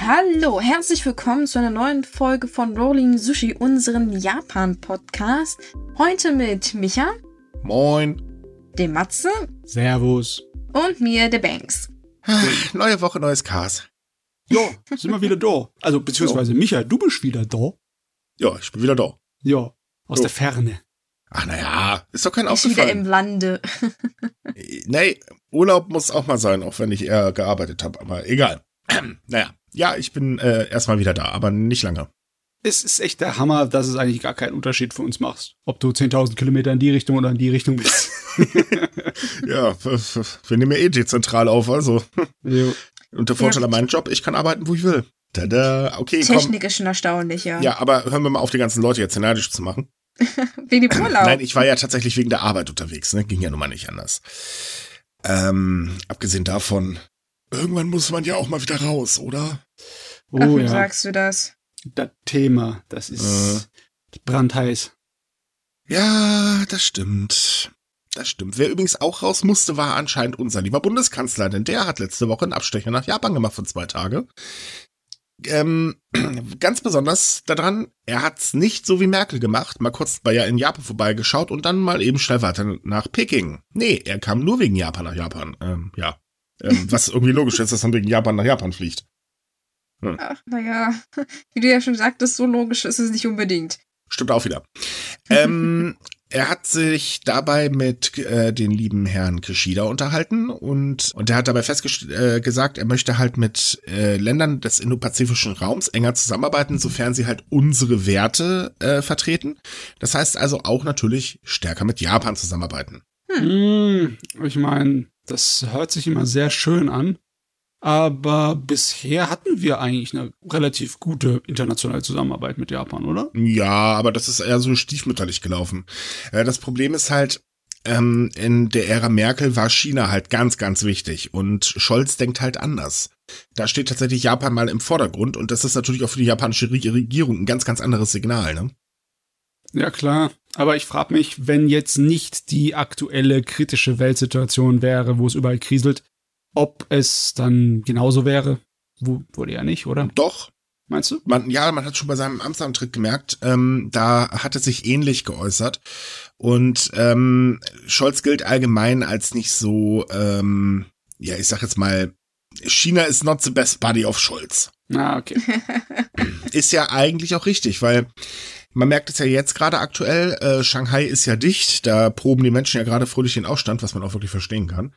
Hallo, herzlich willkommen zu einer neuen Folge von Rolling Sushi, unseren Japan-Podcast. Heute mit Micha. Moin. Dem Matze. Servus. Und mir, der Banks. Neue Woche, neues Cars. Ja, sind wir wieder da. Also, beziehungsweise Micha, du bist wieder da. Ja, ich bin wieder da. Ja, aus der Ferne. Ach naja, ist doch kein Ist wieder aufgefallen. im Lande. Nee, Urlaub muss auch mal sein, auch wenn ich eher gearbeitet habe, aber egal. Naja, ja, ich bin erstmal wieder da, aber nicht lange. Es ist echt der Hammer, dass es eigentlich gar keinen Unterschied für uns macht. Ob du 10.000 Kilometer in die Richtung oder in die Richtung bist. Ja, wir nehmen ja eh dezentral auf, also. Jo. Und der Vorteil an meinem Job, ich kann arbeiten, wo ich will. Tada, okay, Technik ist schon erstaunlich, ja. Ja, aber hören wir mal auf, die ganzen Leute jetzt neidisch zu machen. Wegen dem Urlaub. Nein, ich war ja tatsächlich wegen der Arbeit unterwegs, ne? Ging ja nun mal nicht anders. Abgesehen davon, irgendwann muss man ja auch mal wieder raus, oder? Oh Ach, wie ja, sagst du das? das Thema, das ist brandheiß. Ja, das stimmt. Das stimmt. Wer übrigens auch raus musste, war anscheinend unser lieber Bundeskanzler, denn der hat letzte Woche einen Abstecher nach Japan gemacht für 2 Tage. Ganz besonders daran, er hat's nicht so wie Merkel gemacht, mal kurz bei in Japan vorbeigeschaut und dann mal eben schnell weiter nach Peking. Nee, er kam nur wegen Japan nach Japan. Was irgendwie logisch ist, dass man wegen Japan nach Japan fliegt. Ach, naja, wie du ja schon sagtest, so logisch ist es nicht unbedingt. Stimmt auch wieder. Er hat sich dabei mit den lieben Herrn Kishida unterhalten und er hat dabei gesagt, er möchte halt mit Ländern des indopazifischen Raums enger zusammenarbeiten, sofern sie halt unsere Werte vertreten. Das heißt also auch natürlich stärker mit Japan zusammenarbeiten. Ich meine, das hört sich immer sehr schön an. Aber bisher hatten wir eigentlich eine relativ gute internationale Zusammenarbeit mit Japan, oder? Ja, aber das ist eher so stiefmütterlich gelaufen. Das Problem ist halt, in der Ära Merkel war China halt ganz, ganz wichtig und Scholz denkt halt anders. Da steht tatsächlich Japan mal im Vordergrund und das ist natürlich auch für die japanische Regierung ein ganz, ganz anderes Signal, ne? Ja, klar. Aber ich frage mich, wenn jetzt nicht die aktuelle kritische Weltsituation wäre, wo es überall kriselt, ob es dann genauso wäre. Wurde ja nicht, oder? Doch. Meinst du? Man hat schon bei seinem Amtsantritt gemerkt, da hat er sich ähnlich geäußert. Und Scholz gilt allgemein als nicht so, ich sag jetzt mal, China is not the best buddy of Scholz. Ah, okay. Ist ja eigentlich auch richtig, weil man merkt es ja jetzt gerade aktuell, Shanghai ist ja dicht, da proben die Menschen ja gerade fröhlich den Aufstand, was man auch wirklich verstehen kann.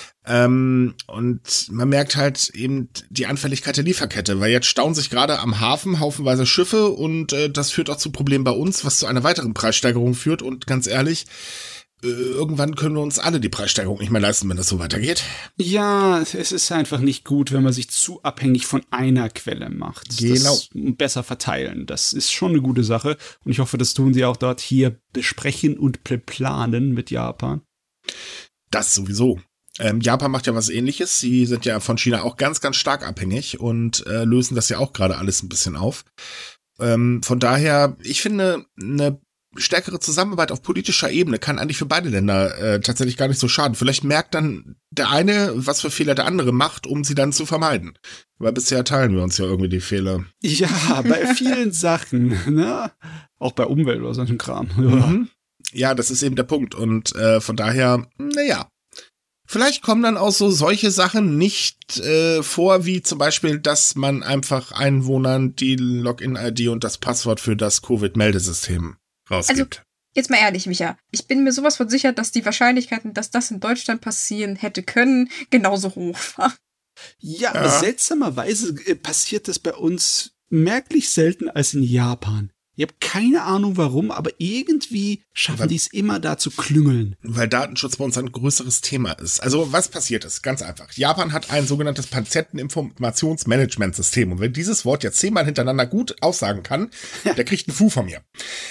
Und man merkt halt eben die Anfälligkeit der Lieferkette, weil jetzt stauen sich gerade am Hafen haufenweise Schiffe und das führt auch zu Problemen bei uns, was zu einer weiteren Preissteigerung führt und ganz ehrlich, irgendwann können wir uns alle die Preissteigerung nicht mehr leisten, wenn das so weitergeht. Ja, es ist einfach nicht gut, wenn man sich zu abhängig von einer Quelle macht. Genau. Das besser verteilen. Das ist schon eine gute Sache. Und ich hoffe, das tun sie auch dort hier besprechen und planen mit Japan. Das sowieso. Japan macht ja was Ähnliches. Sie sind ja von China auch ganz, ganz stark abhängig und lösen das ja auch gerade alles ein bisschen auf. Von daher, ich finde, eine stärkere Zusammenarbeit auf politischer Ebene kann eigentlich für beide Länder tatsächlich gar nicht so schaden. Vielleicht merkt dann der eine, was für Fehler der andere macht, um sie dann zu vermeiden. Weil bisher teilen wir uns ja irgendwie die Fehler. Ja, bei vielen Sachen, ne? Auch bei Umwelt oder solchen Kram. Mhm. Ja, das ist eben der Punkt. Und von daher, naja. Vielleicht kommen dann auch so solche Sachen nicht vor, wie zum Beispiel, dass man einfach Einwohnern die Login-ID und das Passwort für das Covid-Meldesystem rausgibt. Also, jetzt mal ehrlich, Micha. Ich bin mir sowas von sicher, dass die Wahrscheinlichkeiten, dass das in Deutschland passieren hätte können, genauso hoch war. Ja, aber seltsamerweise passiert das bei uns merklich selten als in Japan. Ich habe keine Ahnung warum, aber irgendwie schaffen die es immer da zu klüngeln. Weil Datenschutz bei uns ein größeres Thema ist. Also was passiert ist? Ganz einfach. Japan hat ein sogenanntes Patienteninformationsmanagementsystem. Und wenn dieses Wort jetzt 10-mal hintereinander gut aussagen kann, der kriegt einen Fu von mir.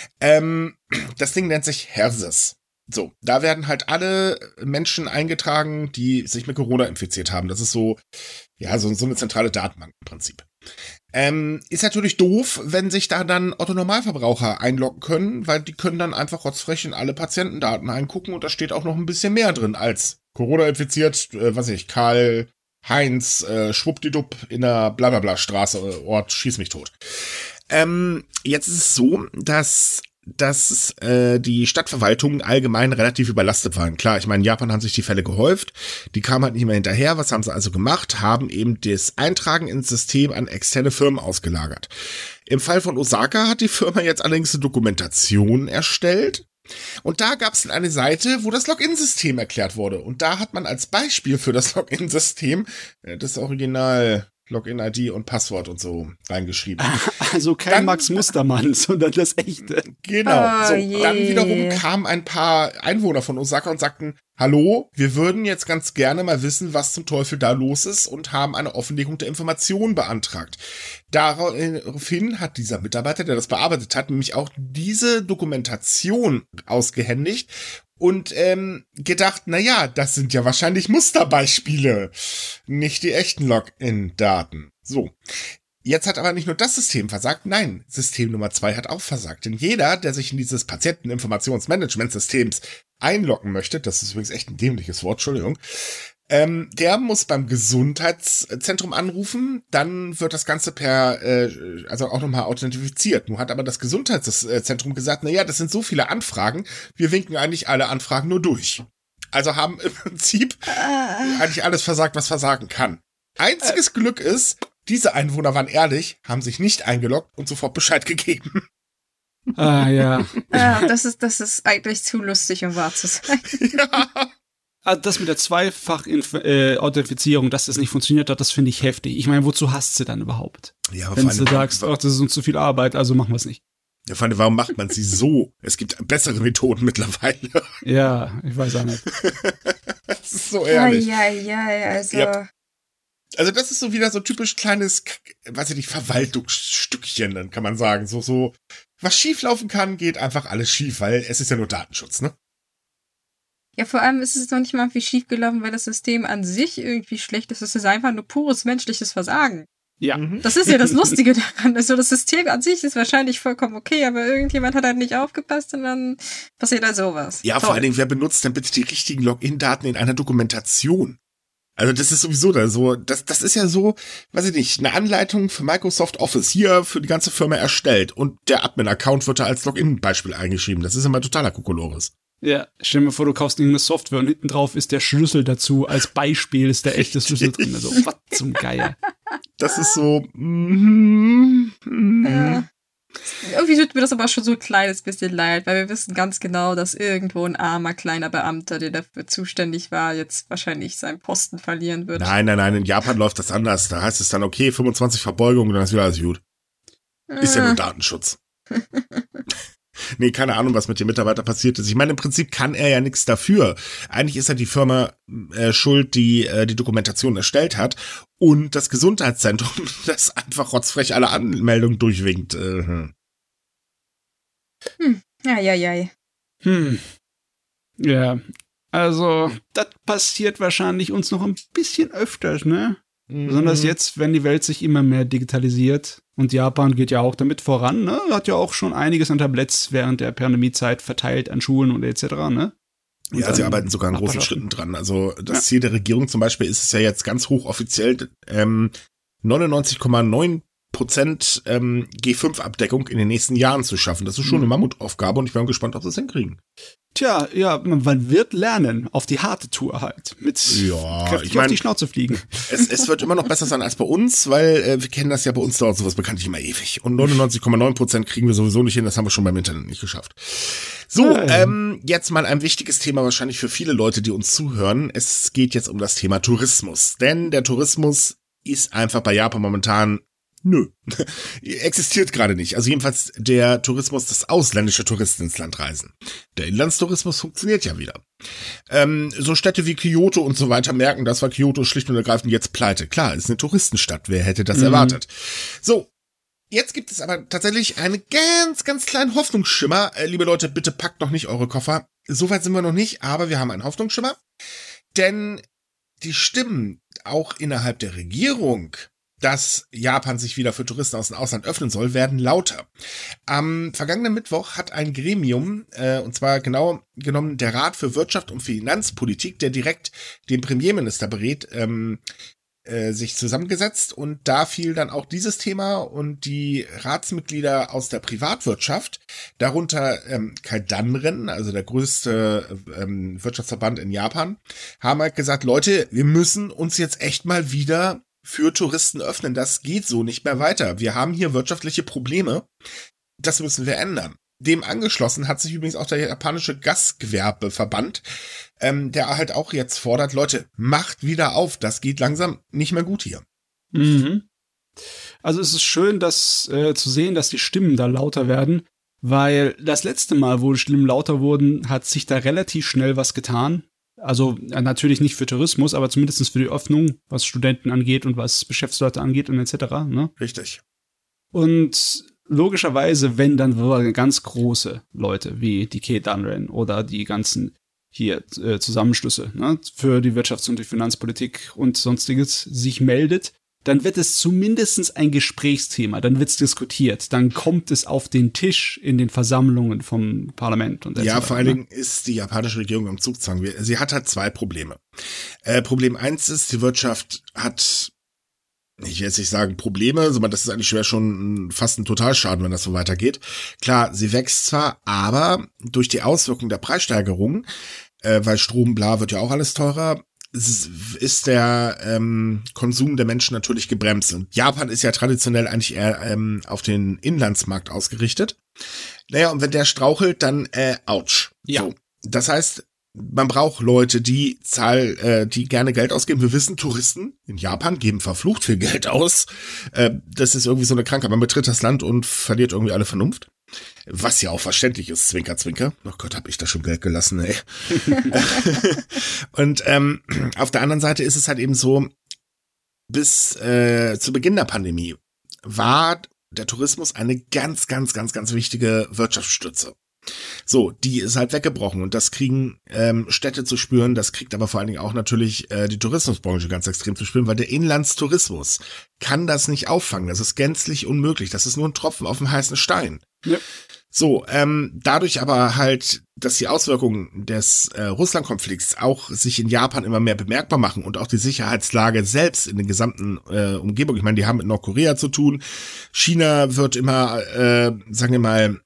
Das Ding nennt sich HERSIS. So, da werden halt alle Menschen eingetragen, die sich mit Corona infiziert haben. Das ist so, ja, so eine zentrale Datenbank im Prinzip. Ist natürlich doof, wenn sich da dann Otto-Normalverbraucher einloggen können, weil die können dann einfach rotzfrech in alle Patientendaten eingucken und da steht auch noch ein bisschen mehr drin als Corona infiziert, Karl Heinz, schwuppdidupp in der Blablabla-Straße, Ort, schieß mich tot. Jetzt ist es so, dass die Stadtverwaltungen allgemein relativ überlastet waren. Klar, ich meine, in Japan haben sich die Fälle gehäuft, die kamen halt nicht mehr hinterher. Was haben sie also gemacht? Haben eben das Eintragen ins System an externe Firmen ausgelagert. Im Fall von Osaka hat die Firma jetzt allerdings eine Dokumentation erstellt. Und da gab es dann eine Seite, wo das Login-System erklärt wurde. Und da hat man als Beispiel für das Login-System das Original Login-ID und Passwort und so reingeschrieben. Also kein dann, Max Mustermann, sondern das echte. Genau. Dann wiederum kamen ein paar Einwohner von Osaka und sagten, hallo, wir würden jetzt ganz gerne mal wissen, was zum Teufel da los ist und haben eine Offenlegung der Informationen beantragt. Daraufhin hat dieser Mitarbeiter, der das bearbeitet hat, nämlich auch diese Dokumentation ausgehändigt und gedacht, naja, das sind ja wahrscheinlich Musterbeispiele, nicht die echten Login-Daten. So, jetzt hat aber nicht nur das System versagt, nein, System Nummer 2 hat auch versagt. Denn jeder, der sich in dieses Patienteninformationsmanagementsystems einloggen möchte, das ist übrigens echt ein dämliches Wort, Entschuldigung, der muss beim Gesundheitszentrum anrufen, dann wird das Ganze also auch nochmal authentifiziert. Nun hat aber das Gesundheitszentrum gesagt, naja, das sind so viele Anfragen, wir winken eigentlich alle Anfragen nur durch. Also haben im Prinzip eigentlich alles versagt, was versagen kann. Einziges Glück ist, diese Einwohner waren ehrlich, haben sich nicht eingeloggt und sofort Bescheid gegeben. Ja. Ja, das ist eigentlich zu lustig, um wahr zu sein. Ja. Also das mit der Zweifach-Authentifizierung, dass das nicht funktioniert hat, das finde ich heftig. Ich meine, wozu hast du dann überhaupt? Ja, aber wenn du sagst, ach, das ist uns zu viel Arbeit, also machen wir es nicht. Ja, vor allem, warum macht man sie so? Es gibt bessere Methoden mittlerweile. Ja, ich weiß auch nicht. Das ist so ehrlich. Ja, also... Ja. Also das ist so wieder so typisch kleines, weiß ich nicht, Verwaltungsstückchen, dann kann man sagen. So, was schieflaufen kann, geht einfach alles schief, weil es ist ja nur Datenschutz, ne? Ja, vor allem ist es noch nicht mal viel schief gelaufen, weil das System an sich irgendwie schlecht ist. Es ist einfach nur pures menschliches Versagen. Ja. Das ist ja das Lustige daran. Also das System an sich ist wahrscheinlich vollkommen okay, aber irgendjemand hat halt nicht aufgepasst und dann passiert halt sowas. Ja, vor allen Dingen, wer benutzt denn bitte die richtigen Login-Daten in einer Dokumentation? Also das ist sowieso da so, das ist ja so, weiß ich nicht, eine Anleitung für Microsoft Office hier für die ganze Firma erstellt und der Admin-Account wird da als Login-Beispiel eingeschrieben. Das ist immer totaler Kokolores. Ja, stell dir mal vor, du kaufst irgendeine Software und hinten drauf ist der Schlüssel dazu, als Beispiel ist der echte Schlüssel drin. Also, was zum Geier. Das ist so, Ja. Irgendwie tut mir das aber schon so ein kleines bisschen leid, weil wir wissen ganz genau, dass irgendwo ein armer, kleiner Beamter, der dafür zuständig war, jetzt wahrscheinlich seinen Posten verlieren wird. Nein, in Japan läuft das anders. Da heißt es dann, okay, 25 Verbeugungen, dann ist wieder alles gut. Ist ja nur Datenschutz. Nee, keine Ahnung, was mit dem Mitarbeiter passiert ist. Ich meine, im Prinzip kann er ja nichts dafür. Eigentlich ist ja die Firma schuld, die die Dokumentation erstellt hat und das Gesundheitszentrum, das einfach rotzfrech alle Anmeldungen durchwinkt. Ja. Ja, also, das passiert wahrscheinlich uns noch ein bisschen öfters, ne? Besonders jetzt, wenn die Welt sich immer mehr digitalisiert. Und Japan geht ja auch damit voran, ne? Hat ja auch schon einiges an Tabletts während der Pandemiezeit verteilt an Schulen und etc., ne? Und ja, sie arbeiten sogar in großen Schritten dran. Also das Ziel der Regierung zum Beispiel ist es ja jetzt ganz hoch offiziell 99,9% G5-Abdeckung in den nächsten Jahren zu schaffen. Das ist schon eine Mammutaufgabe und ich bin gespannt, ob sie es hinkriegen. Tja, ja, man wird lernen, auf die harte Tour halt, mit kräftig auf die Schnauze fliegen. Es wird immer noch besser sein als bei uns, weil wir kennen das ja, bei uns dauert sowas bekanntlich immer ewig. Und 99,9% kriegen wir sowieso nicht hin, das haben wir schon beim Internet nicht geschafft. So, jetzt mal ein wichtiges Thema wahrscheinlich für viele Leute, die uns zuhören. Es geht jetzt um das Thema Tourismus, denn der Tourismus ist einfach bei Japan momentan existiert gerade nicht. Also jedenfalls der Tourismus, das ausländische Touristen ins Land reisen. Der Inlandstourismus funktioniert ja wieder. So Städte wie Kyoto und so weiter merken das, weil Kyoto schlicht und ergreifend jetzt pleite. Klar, ist eine Touristenstadt. Wer hätte das erwartet? So. Jetzt gibt es aber tatsächlich einen ganz, ganz kleinen Hoffnungsschimmer. Liebe Leute, bitte packt noch nicht eure Koffer. Soweit sind wir noch nicht, aber wir haben einen Hoffnungsschimmer. Denn die Stimmen auch innerhalb der Regierung, dass Japan sich wieder für Touristen aus dem Ausland öffnen soll, werden lauter. Am vergangenen Mittwoch hat ein Gremium, und zwar genau genommen der Rat für Wirtschaft und Finanzpolitik, der direkt den Premierminister berät, sich zusammengesetzt und da fiel dann auch dieses Thema und die Ratsmitglieder aus der Privatwirtschaft, darunter Kai Danren, also der größte Wirtschaftsverband in Japan, haben halt gesagt, Leute, wir müssen uns jetzt echt mal wieder für Touristen öffnen. Das geht so nicht mehr weiter. Wir haben hier wirtschaftliche Probleme. Das müssen wir ändern. Dem angeschlossen hat sich übrigens auch der japanische Gastgewerbeverband, der halt auch jetzt fordert, Leute, macht wieder auf, das geht langsam nicht mehr gut hier. Mhm. Also es ist schön, das zu sehen, dass die Stimmen da lauter werden, weil das letzte Mal, wo die Stimmen lauter wurden, hat sich da relativ schnell was getan. Also natürlich nicht für Tourismus, aber zumindest für die Öffnung, was Studenten angeht und was Geschäftsleute angeht und etc. Ne? Richtig. Und logischerweise, wenn dann ganz große Leute wie die Kai Danren oder die ganzen hier Zusammenschlüsse, ne, für die Wirtschafts- und die Finanzpolitik und sonstiges sich meldet, dann wird es zumindest ein Gesprächsthema, dann wird es diskutiert, dann kommt es auf den Tisch in den Versammlungen vom Parlament. Und ja, vor allen Dingen ist die japanische Regierung im Zugzwang. Sie hat halt zwei Probleme. Problem 1 ist, die Wirtschaft hat, ich will jetzt nicht sagen Probleme, sondern das ist eigentlich schwer schon fast ein Totalschaden, wenn das so weitergeht. Klar, sie wächst zwar, aber durch die Auswirkungen der Preissteigerungen, weil Strom, bla, wird ja auch alles teurer, ist der Konsum der Menschen natürlich gebremst. Und Japan ist ja traditionell eigentlich eher auf den Inlandsmarkt ausgerichtet. Naja, und wenn der strauchelt, dann ouch. Ja. So. Das heißt, man braucht Leute, die gerne Geld ausgeben. Wir wissen, Touristen in Japan geben verflucht viel Geld aus. Das ist irgendwie so eine Krankheit. Man betritt das Land und verliert irgendwie alle Vernunft. Was ja auch verständlich ist, Zwinker, Zwinker. Oh Gott, hab ich da schon Geld gelassen, ey. Und auf der anderen Seite ist es halt eben so, bis zu Beginn der Pandemie war der Tourismus eine ganz, ganz, ganz, ganz wichtige Wirtschaftsstütze. So, die ist halt weggebrochen und das kriegen Städte zu spüren, das kriegt aber vor allen Dingen auch natürlich die Tourismusbranche ganz extrem zu spüren, weil der Inlandstourismus kann das nicht auffangen, das ist gänzlich unmöglich, das ist nur ein Tropfen auf dem heißen Stein. Ja. So, dadurch aber halt, dass die Auswirkungen des Russland-Konflikts auch sich in Japan immer mehr bemerkbar machen und auch die Sicherheitslage selbst in den gesamten Umgebung, ich meine, die haben mit Nordkorea zu tun, China wird immer, sagen wir mal,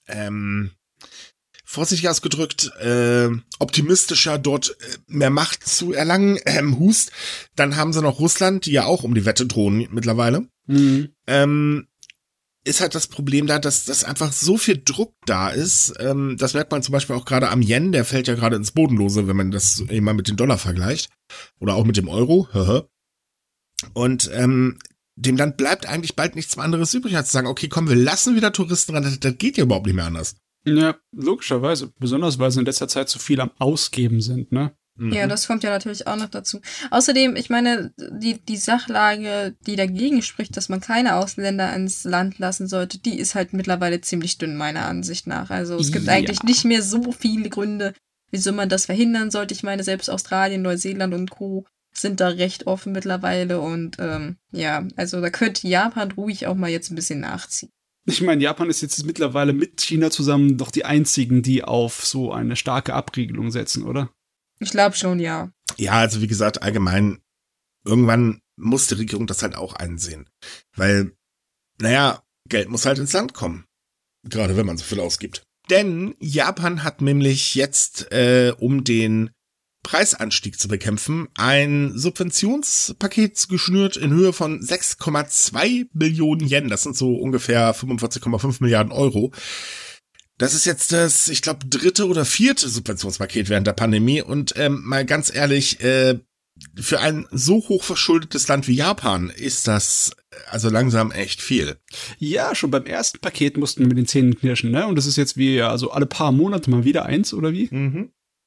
vorsichtig ausgedrückt, optimistischer dort mehr Macht zu erlangen, Hust. Dann haben sie noch Russland, die ja auch um die Wette drohen mittlerweile. Mhm. Ist halt das Problem da, dass einfach so viel Druck da ist. Das merkt man zum Beispiel auch gerade am Yen, der fällt ja gerade ins Bodenlose, wenn man das eben mal mit dem Dollar vergleicht. Oder auch mit dem Euro. Und dem Land bleibt eigentlich bald nichts anderes übrig, als zu sagen, okay, komm, wir lassen wieder Touristen ran, das geht ja überhaupt nicht mehr anders. Ja, logischerweise. Besonders, weil sie in letzter Zeit so viel am Ausgeben sind, ne? Ja, das kommt ja natürlich auch noch dazu. Außerdem, ich meine, die Sachlage, die dagegen spricht, dass man keine Ausländer ins Land lassen sollte, die ist halt mittlerweile ziemlich dünn, meiner Ansicht nach. Also es gibt eigentlich nicht mehr so viele Gründe, wieso man das verhindern sollte. Ich meine, selbst Australien, Neuseeland und Co. sind da recht offen mittlerweile und ja, also da könnte Japan ruhig auch mal jetzt ein bisschen nachziehen. Ich meine, Japan ist jetzt mittlerweile mit China zusammen doch die einzigen, die auf so eine starke Abriegelung setzen, oder? Ich glaube schon, ja. Ja, also wie gesagt, allgemein, irgendwann muss die Regierung das halt auch einsehen. Weil, naja, Geld muss halt ins Land kommen. Gerade wenn man so viel ausgibt. Denn Japan hat nämlich jetzt, um den Preisanstieg zu bekämpfen, ein Subventionspaket geschnürt in Höhe von 6,2 Billionen Yen. Das sind so ungefähr 45,5 Milliarden Euro. Das ist jetzt das, ich glaube, 3. oder 4. Subventionspaket während der Pandemie. Und mal ganz ehrlich, für ein so hochverschuldetes Land wie Japan ist das also langsam echt viel. Ja, schon beim ersten Paket mussten wir mit den Zähnen knirschen, ne? Und das ist jetzt wie, also alle paar Monate mal wieder eins, oder wie? Mhm.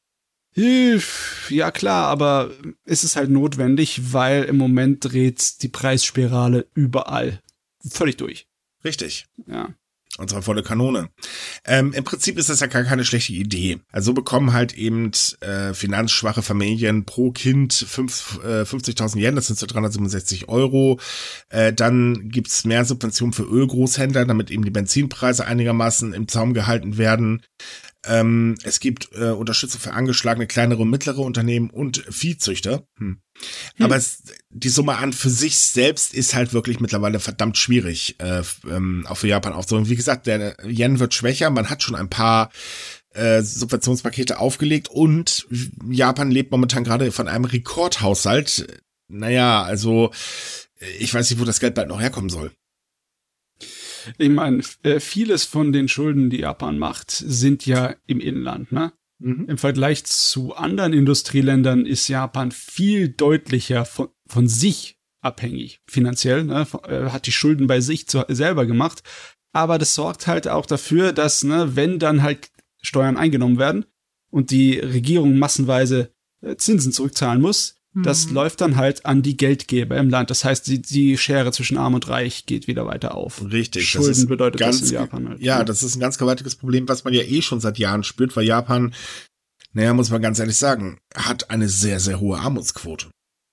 Ja, klar, aber es ist halt notwendig, weil im Moment dreht die Preisspirale überall völlig durch. Richtig. Ja. Und zwar volle Kanone. Im Prinzip ist das ja gar keine schlechte Idee. Also bekommen halt eben finanzschwache Familien pro Kind 50.000 Yen, das sind so 367 Euro. Dann gibt's mehr Subventionen für Ölgroßhändler, damit eben die Benzinpreise einigermaßen im Zaum gehalten werden. Es gibt Unterstützung für angeschlagene kleinere und mittlere Unternehmen und Viehzüchter. Aber die Summe an für sich selbst ist halt wirklich mittlerweile verdammt schwierig, auch für Japan aufzunehmen. Wie gesagt, der Yen wird schwächer. Man hat schon ein paar Subventionspakete aufgelegt und Japan lebt momentan gerade von einem Rekordhaushalt. Naja, also ich weiß nicht, wo das Geld bald noch herkommen soll. Ich meine, vieles von den Schulden, die Japan macht, sind ja im Inland, ne? Im Vergleich zu anderen Industrieländern ist Japan viel deutlicher von sich abhängig, finanziell, ne? Hat die Schulden bei sich selber gemacht. Aber das sorgt halt auch dafür, dass, ne, wenn dann halt Steuern eingenommen werden und die Regierung massenweise Zinsen zurückzahlen muss, das läuft dann halt an die Geldgeber im Land. Das heißt, die Schere zwischen Arm und Reich geht wieder weiter auf. Richtig. Schulden bedeutet das in Japan halt. Ja, das ist ein ganz gewaltiges Problem, was man ja schon seit Jahren spürt, weil Japan, naja, muss man ganz ehrlich sagen, hat eine sehr, sehr hohe Armutsquote.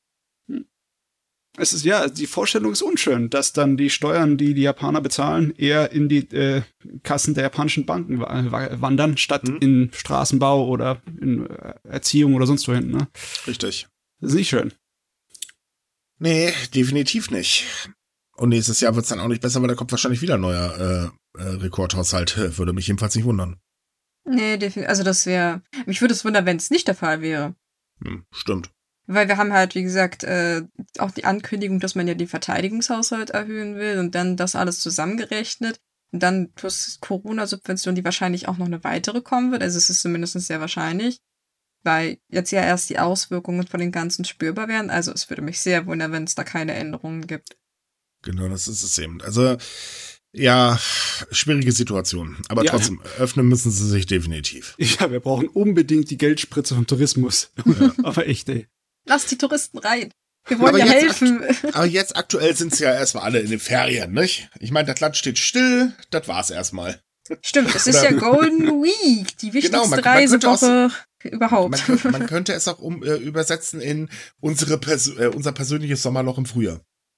Es ist ja, die Vorstellung ist unschön, dass dann die Steuern, die Japaner bezahlen, eher in die Kassen der japanischen Banken wandern, statt in Straßenbau oder in Erziehung oder sonst wohin. Ne? Richtig. Das ist nicht schön. Nee, definitiv nicht. Und nächstes Jahr wird's dann auch nicht besser, weil da kommt wahrscheinlich wieder ein neuer Rekordhaushalt. Würde mich jedenfalls nicht wundern. Nee, also das wäre, mich würde es wundern, wenn es nicht der Fall wäre. Stimmt. Weil wir haben halt, wie gesagt, auch die Ankündigung, dass man ja den Verteidigungshaushalt erhöhen will und dann das alles zusammengerechnet und dann plus Corona-Subvention, die wahrscheinlich auch noch eine weitere kommen wird. Also es ist zumindest sehr wahrscheinlich, weil jetzt ja erst die Auswirkungen von den Ganzen spürbar werden. Also es würde mich sehr wundern, wenn es da keine Änderungen gibt. Genau, das ist es eben. Also ja, schwierige Situation. Aber trotzdem, öffnen müssen sie sich definitiv. Ja, wir brauchen unbedingt die Geldspritze vom Tourismus. Ja. Aber echt, ey. Lass die Touristen rein. Wir wollen ja helfen. Aber jetzt aktuell sind sie ja erstmal alle in den Ferien, nicht? Ich meine, das Land steht still, das war's erstmal. Stimmt, es ist ja Golden Week, die wichtigste Reisewoche überhaupt. Man könnte es auch übersetzen in unser persönliches Sommerloch im Frühjahr.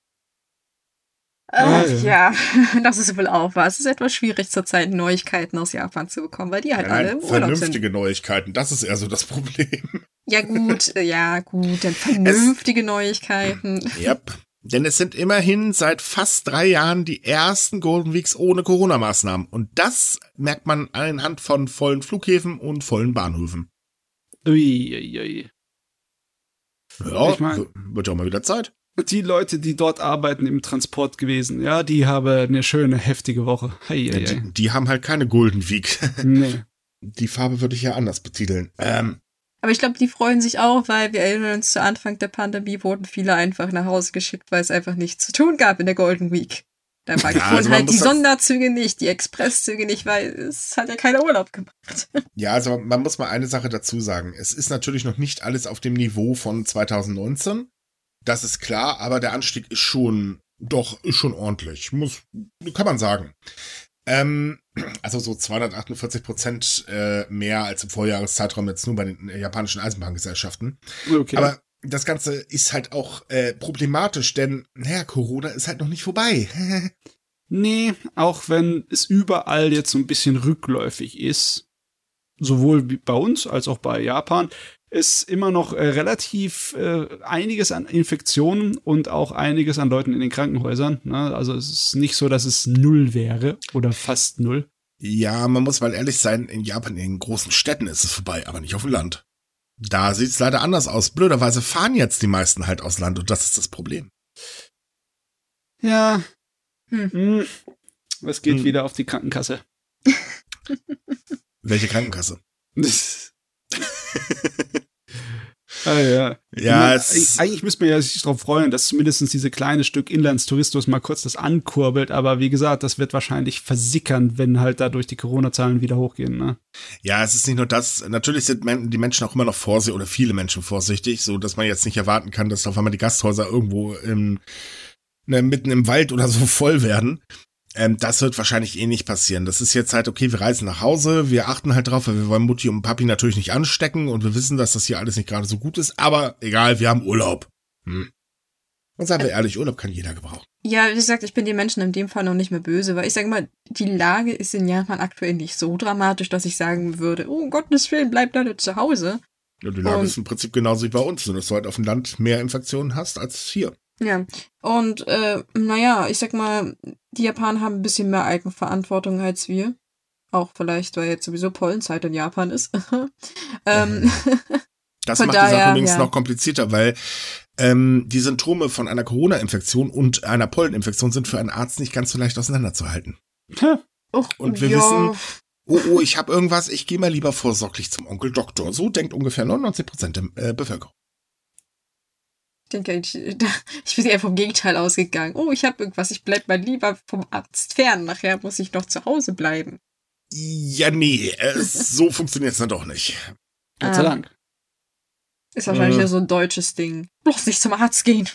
Ja, das ist wohl auch wahr. Es ist etwas schwierig zurzeit Neuigkeiten aus Japan zu bekommen, weil die halt alle im Urlaub vernünftige Neuigkeiten, das ist eher so das Problem. Ja gut, dann vernünftige Neuigkeiten. Ja, denn es sind immerhin seit fast 3 Jahren die ersten Golden Weeks ohne Corona-Maßnahmen. Und das merkt man anhand von vollen Flughäfen und vollen Bahnhöfen. Uiuiui. Ja, ich mein, wird ja auch mal wieder Zeit. Die Leute, die dort arbeiten im Transport gewesen, ja, die haben eine schöne, heftige Woche. Die haben halt keine Golden Week. Nee. Die Farbe würde ich ja anders betiteln. Aber ich glaube, die freuen sich auch, weil wir erinnern uns, zu Anfang der Pandemie wurden viele einfach nach Hause geschickt, weil es einfach nichts zu tun gab in der Golden Week. Da fuhren halt die Sonderzüge nicht, die Expresszüge nicht, weil es hat ja keiner Urlaub gemacht. Ja, also man muss mal eine Sache dazu sagen. Es ist natürlich noch nicht alles auf dem Niveau von 2019. Das ist klar, aber der Anstieg ist schon ordentlich. Kann man sagen. Also so 248% mehr als im Vorjahreszeitraum jetzt nur bei den japanischen Eisenbahngesellschaften. Okay. Aber das Ganze ist halt auch problematisch, denn Corona ist halt noch nicht vorbei. Nee, auch wenn es überall jetzt so ein bisschen rückläufig ist, sowohl bei uns als auch bei Japan, ist immer noch relativ einiges an Infektionen und auch einiges an Leuten in den Krankenhäusern. Ne? Also es ist nicht so, dass es 0 wäre oder fast 0. Ja, man muss mal ehrlich sein, in Japan, in den großen Städten ist es vorbei, aber nicht auf dem Land. Da sieht es leider anders aus. Blöderweise fahren jetzt die meisten halt aus Land und das ist das Problem. Ja. Es geht wieder auf die Krankenkasse. Welche Krankenkasse? Ja. Ja, eigentlich müsste man ja sich darauf freuen, dass zumindest dieses kleine Stück Inlandstourismus mal kurz das ankurbelt, aber wie gesagt, das wird wahrscheinlich versickern, wenn halt dadurch die Corona-Zahlen wieder hochgehen, ne? Ja, es ist nicht nur das, natürlich sind die Menschen auch immer noch vorsichtig oder viele Menschen vorsichtig, so dass man jetzt nicht erwarten kann, dass auf einmal die Gasthäuser irgendwo mitten im Wald oder so voll werden. Das wird wahrscheinlich nicht passieren. Das ist jetzt halt, okay, wir reisen nach Hause, wir achten halt drauf, weil wir wollen Mutti und Papi natürlich nicht anstecken und wir wissen, dass das hier alles nicht gerade so gut ist, aber egal, wir haben Urlaub. Und sagen wir ehrlich, Urlaub kann jeder gebrauchen. Ja, wie gesagt, ich bin den Menschen in dem Fall noch nicht mehr böse, weil ich sage mal, die Lage ist in Japan aktuell nicht so dramatisch, dass ich sagen würde, oh, um Gottes Willen, bleib leider zu Hause. Ja, die Lage ist im Prinzip genauso wie bei uns, nur dass du halt auf dem Land mehr Infektionen hast als hier. Ja, und naja, ich sag mal, die Japaner haben ein bisschen mehr Eigenverantwortung als wir. Auch vielleicht, weil jetzt sowieso Pollenzeit in Japan ist. Das Von macht die daher, Sache übrigens ja. noch komplizierter, weil die Symptome von einer Corona-Infektion und einer Polleninfektion sind für einen Arzt nicht ganz so leicht auseinanderzuhalten. Und wir wissen, oh, ich habe irgendwas, ich gehe mal lieber vorsorglich zum Onkel Doktor. So denkt ungefähr 99% der Bevölkerung. Ich denke, ich bin eher vom Gegenteil ausgegangen. Oh, ich habe irgendwas, ich bleib mal lieber vom Arzt fern. Nachher muss ich noch zu Hause bleiben. Ja, nee, so funktioniert's dann doch nicht. Gott sei Dank. Ist wahrscheinlich ja so ein deutsches Ding. Bloß nicht zum Arzt gehen.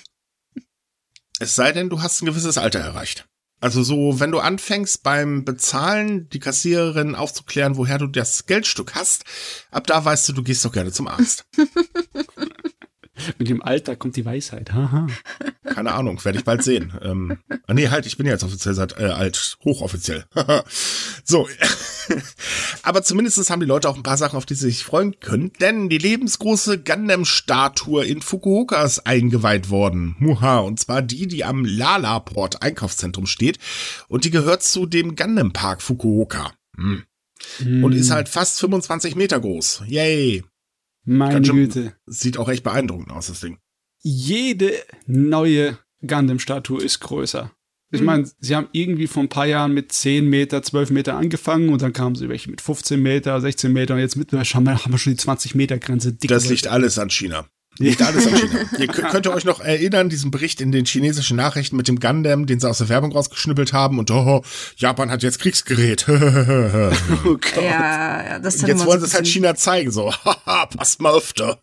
Es sei denn, du hast ein gewisses Alter erreicht. Also so, wenn du anfängst beim Bezahlen die Kassiererin aufzuklären, woher du das Geldstück hast, ab da weißt du, du gehst doch gerne zum Arzt. Mit dem Alter kommt die Weisheit. Haha. Keine Ahnung, werde ich bald sehen. Nee, halt, ich bin ja jetzt offiziell seit alt, hochoffiziell. So. Aber zumindest haben die Leute auch ein paar Sachen, auf die sie sich freuen können, denn die lebensgroße Gundam-Statue in Fukuoka ist eingeweiht worden. Muha, und zwar die am Lalaport Einkaufszentrum steht und die gehört zu dem Gundam Park Fukuoka. Und ist halt fast 25 Meter groß. Yay. Meine Güte. Sieht auch echt beeindruckend aus, das Ding. Jede neue Gundam-Statue ist größer. Ich meine, sie haben irgendwie vor ein paar Jahren mit 10 Meter, 12 Meter angefangen und dann kamen sie welche mit 15 Meter, 16 Meter und jetzt haben wir schon die 20 Meter Grenze. Das liegt alles an China. Liegt alles an China. Ihr könnt ihr euch noch erinnern, diesen Bericht in den chinesischen Nachrichten mit dem Gundam, den sie aus der Werbung rausgeschnippelt haben und Japan hat jetzt Kriegsgerät. Oh Gott. Ja, das hat Jetzt immer wollen so sie es halt ein China zeigen, so, haha, passt mal öfter.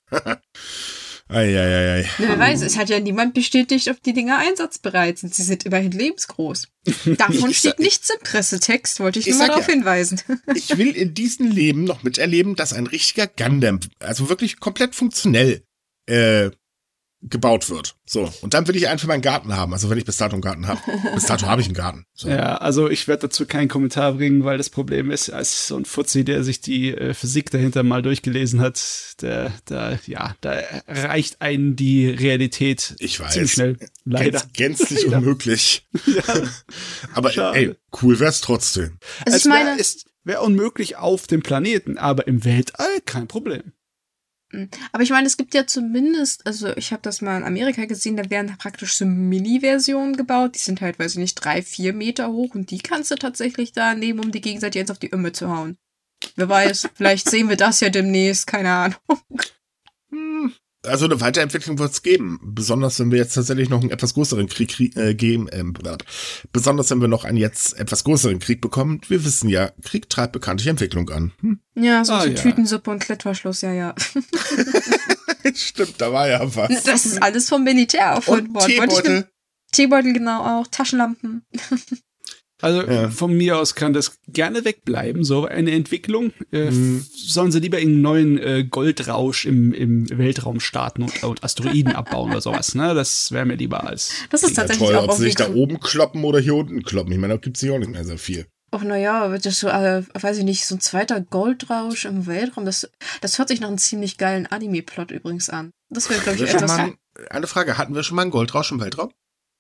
Eieiei. bisschen- Wer weiß, es hat ja niemand bestätigt, ob die Dinger einsatzbereit sind. Sie sind immerhin lebensgroß. Davon steht nichts im Pressetext, wollte ich nur mal sag darauf ja. hinweisen. Ich will in diesem Leben noch miterleben, dass ein richtiger Gundam, also wirklich komplett funktionell, gebaut wird. So. Und dann will ich einen für meinen Garten haben. Also wenn ich bis dato einen Garten habe. Bis dato habe ich einen Garten. So. Ja, also ich werde dazu keinen Kommentar bringen, weil das Problem ist, als so ein Fuzzi, der sich die Physik dahinter mal durchgelesen hat, da reicht einen die Realität Ich weiß. ziemlich schnell. Leider. Gänzlich unmöglich. Aber Schade. ey, cool wär's trotzdem. Also ich meine, Es wäre unmöglich auf dem Planeten, aber im Weltall kein Problem. aber ich meine, es gibt ja zumindest, also ich habe das mal in Amerika gesehen, da werden praktisch so Mini-Versionen gebaut, die sind halt, weiß ich nicht, 3, 4 Meter hoch und die kannst du tatsächlich da nehmen, um die gegenseitig eins auf die Ümme zu hauen. Wer weiß, vielleicht sehen wir das ja demnächst, keine Ahnung. Also eine Weiterentwicklung wird's geben. Besonders wenn wir jetzt tatsächlich noch einen etwas größeren Krieg geben. Besonders wenn wir noch einen jetzt etwas größeren Krieg bekommen. Wir wissen ja, Krieg treibt bekanntlich Entwicklung an. Ja, so Ja. Tütensuppe und Klettverschluss, ja. Stimmt, da war ja was. Das ist alles vom Militär erfunden Und worden. Wollte ich Teebeutel. Teebeutel, genau auch, Taschenlampen. Also Ja. von mir aus kann das gerne wegbleiben, so eine Entwicklung. Sollen sie lieber einen neuen Goldrausch im Weltraum starten und Asteroiden abbauen oder sowas, ne? Das wäre mir lieber als... Das ist Ja, tatsächlich toll, auch ob sie sich da irgendwie oben kloppen oder hier unten kloppen. Ich meine, da gibt's hier auch nicht mehr so viel. ach naja, wird das so, weiß ich nicht, so ein zweiter Goldrausch im Weltraum, das hört sich nach einem ziemlich geilen Anime-Plot übrigens an. Das wäre, glaube ich, etwas... Eine Frage, hatten wir schon mal einen Goldrausch im Weltraum?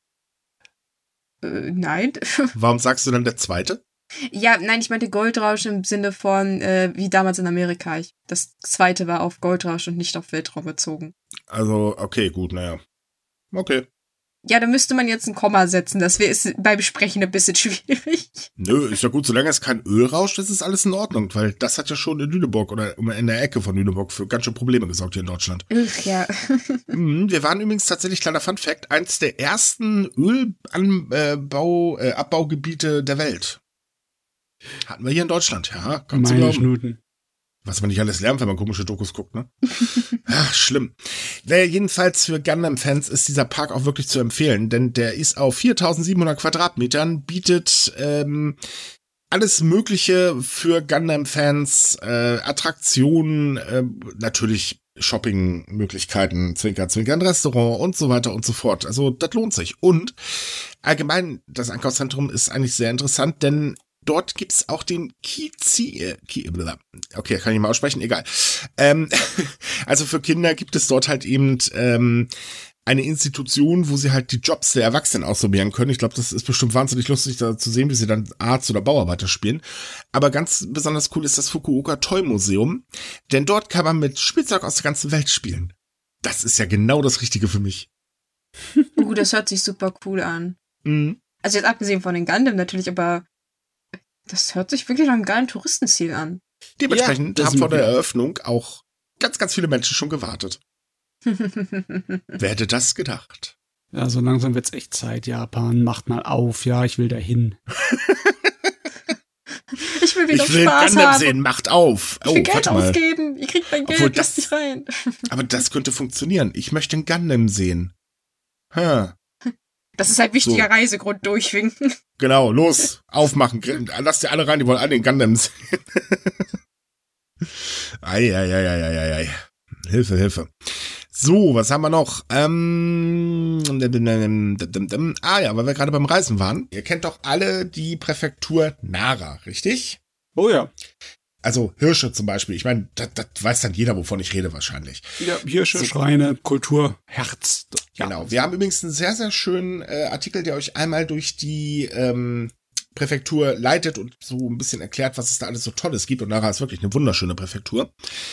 Nein. Warum sagst du dann der zweite? Ja, nein, ich meinte Goldrausch im Sinne von, wie damals in Amerika. Das zweite war auf Goldrausch und nicht auf Weltraum bezogen. Also, okay, gut, naja. Okay. Ja, da müsste man jetzt ein Komma setzen. Das wäre beim Sprechen ein bisschen schwierig. Nö, ist ja gut, solange es kein Öl rauscht, ist alles in Ordnung, weil das hat ja schon in Lüneburg oder in der Ecke von Lüneburg für ganz schön Probleme gesorgt hier in Deutschland. Ja. Wir waren übrigens tatsächlich, kleiner Funfact, eins der ersten Abbaugebiete der Welt. Hatten wir hier in Deutschland, ja, kannst du Meine glauben. Schnuten. Was man nicht alles lernt, wenn man komische Dokus guckt, ne? Ach, schlimm. Naja, jedenfalls für Gundam-Fans ist dieser Park auch wirklich zu empfehlen, denn der ist auf 4.700 Quadratmetern, bietet alles Mögliche für Gundam-Fans, Attraktionen, natürlich Shopping-Möglichkeiten, Zwinker, Zwinker, ein Restaurant und so weiter und so fort. Also das lohnt sich. Und allgemein, das Einkaufszentrum ist eigentlich sehr interessant, denn dort gibt's auch den okay, kann ich mal aussprechen, egal. Also für Kinder gibt es dort halt eben eine Institution, wo sie halt die Jobs der Erwachsenen ausprobieren können. Ich glaube, das ist bestimmt wahnsinnig lustig, da zu sehen, wie sie dann Arzt oder Bauarbeiter spielen. Aber ganz besonders cool ist das Fukuoka Toy Museum, denn dort kann man mit Spielzeug aus der ganzen Welt spielen. Das ist ja genau das Richtige für mich. Das hört sich super cool an. Mhm. Also jetzt abgesehen von den Gundam natürlich, aber das hört sich wirklich nach einem geilen Touristenziel an. Dementsprechend haben vor der Eröffnung auch ganz, ganz viele Menschen schon gewartet. Wer hätte das gedacht? Ja, so langsam wird's echt Zeit. Japan, macht mal auf. Ja, ich will dahin. Ich will wieder Spaß Gundam haben. sehen, macht auf. Ich will Geld ausgeben. Ihr kriegt mein Geld, lasst dich rein. Aber das könnte funktionieren. Ich möchte einen Gundam sehen. Das ist ein wichtiger Reisegrund, durchwinken. Genau, los, aufmachen. Lasst ihr alle rein, die wollen alle den Gundam sehen. Ei. Hilfe. So, was haben wir noch? Weil wir gerade beim Reisen waren. Ihr kennt doch alle die Präfektur Nara, richtig? Oh ja. Also Hirsche zum Beispiel. Ich meine, das weiß dann jeder, wovon ich rede wahrscheinlich. Ja, Hirsche, Schreine, Kultur, Herz. Ja. Genau. Wir haben übrigens einen sehr, sehr schönen Artikel, der euch einmal durch die Präfektur leitet und so ein bisschen erklärt, was es da alles so Tolles gibt. Und Nara ist wirklich eine wunderschöne Präfektur.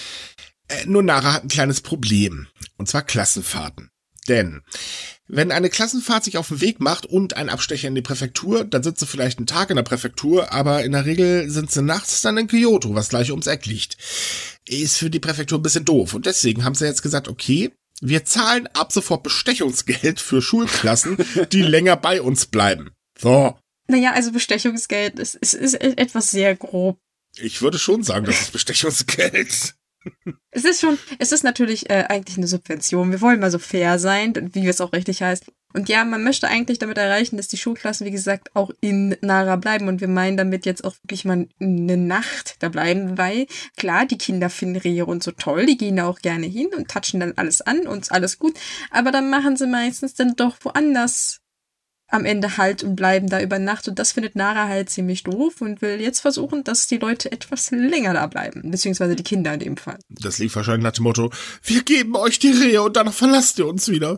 Nur Nara hat ein kleines Problem. Und zwar Klassenfahrten. Denn wenn eine Klassenfahrt sich auf den Weg macht und ein Abstecher in die Präfektur, dann sind sie vielleicht einen Tag in der Präfektur, aber in der Regel sind sie nachts dann in Kyoto, was gleich ums Eck liegt. Ist für die Präfektur ein bisschen doof. Und deswegen haben sie jetzt gesagt, okay, wir zahlen ab sofort Bestechungsgeld für Schulklassen, die länger bei uns bleiben. So. Naja, also Bestechungsgeld ist etwas sehr grob. Ich würde schon sagen, das ist Bestechungsgeld. Es ist natürlich eigentlich eine Subvention. Wir wollen mal so fair sein, wie es auch richtig heißt. Und ja, man möchte eigentlich damit erreichen, dass die Schulklassen, wie gesagt, auch in Nara bleiben. Und wir meinen damit jetzt auch wirklich mal eine Nacht da bleiben, weil klar, die Kinder finden Rehe so toll, die gehen da auch gerne hin und touchen dann alles an und alles gut. Aber dann machen sie meistens dann doch woanders am Ende halt und bleiben da über Nacht. Und das findet Nara halt ziemlich doof und will jetzt versuchen, dass die Leute etwas länger da bleiben. Beziehungsweise die Kinder in dem Fall. Das lief wahrscheinlich nach dem Motto, wir geben euch die Rehe und danach verlasst ihr uns wieder.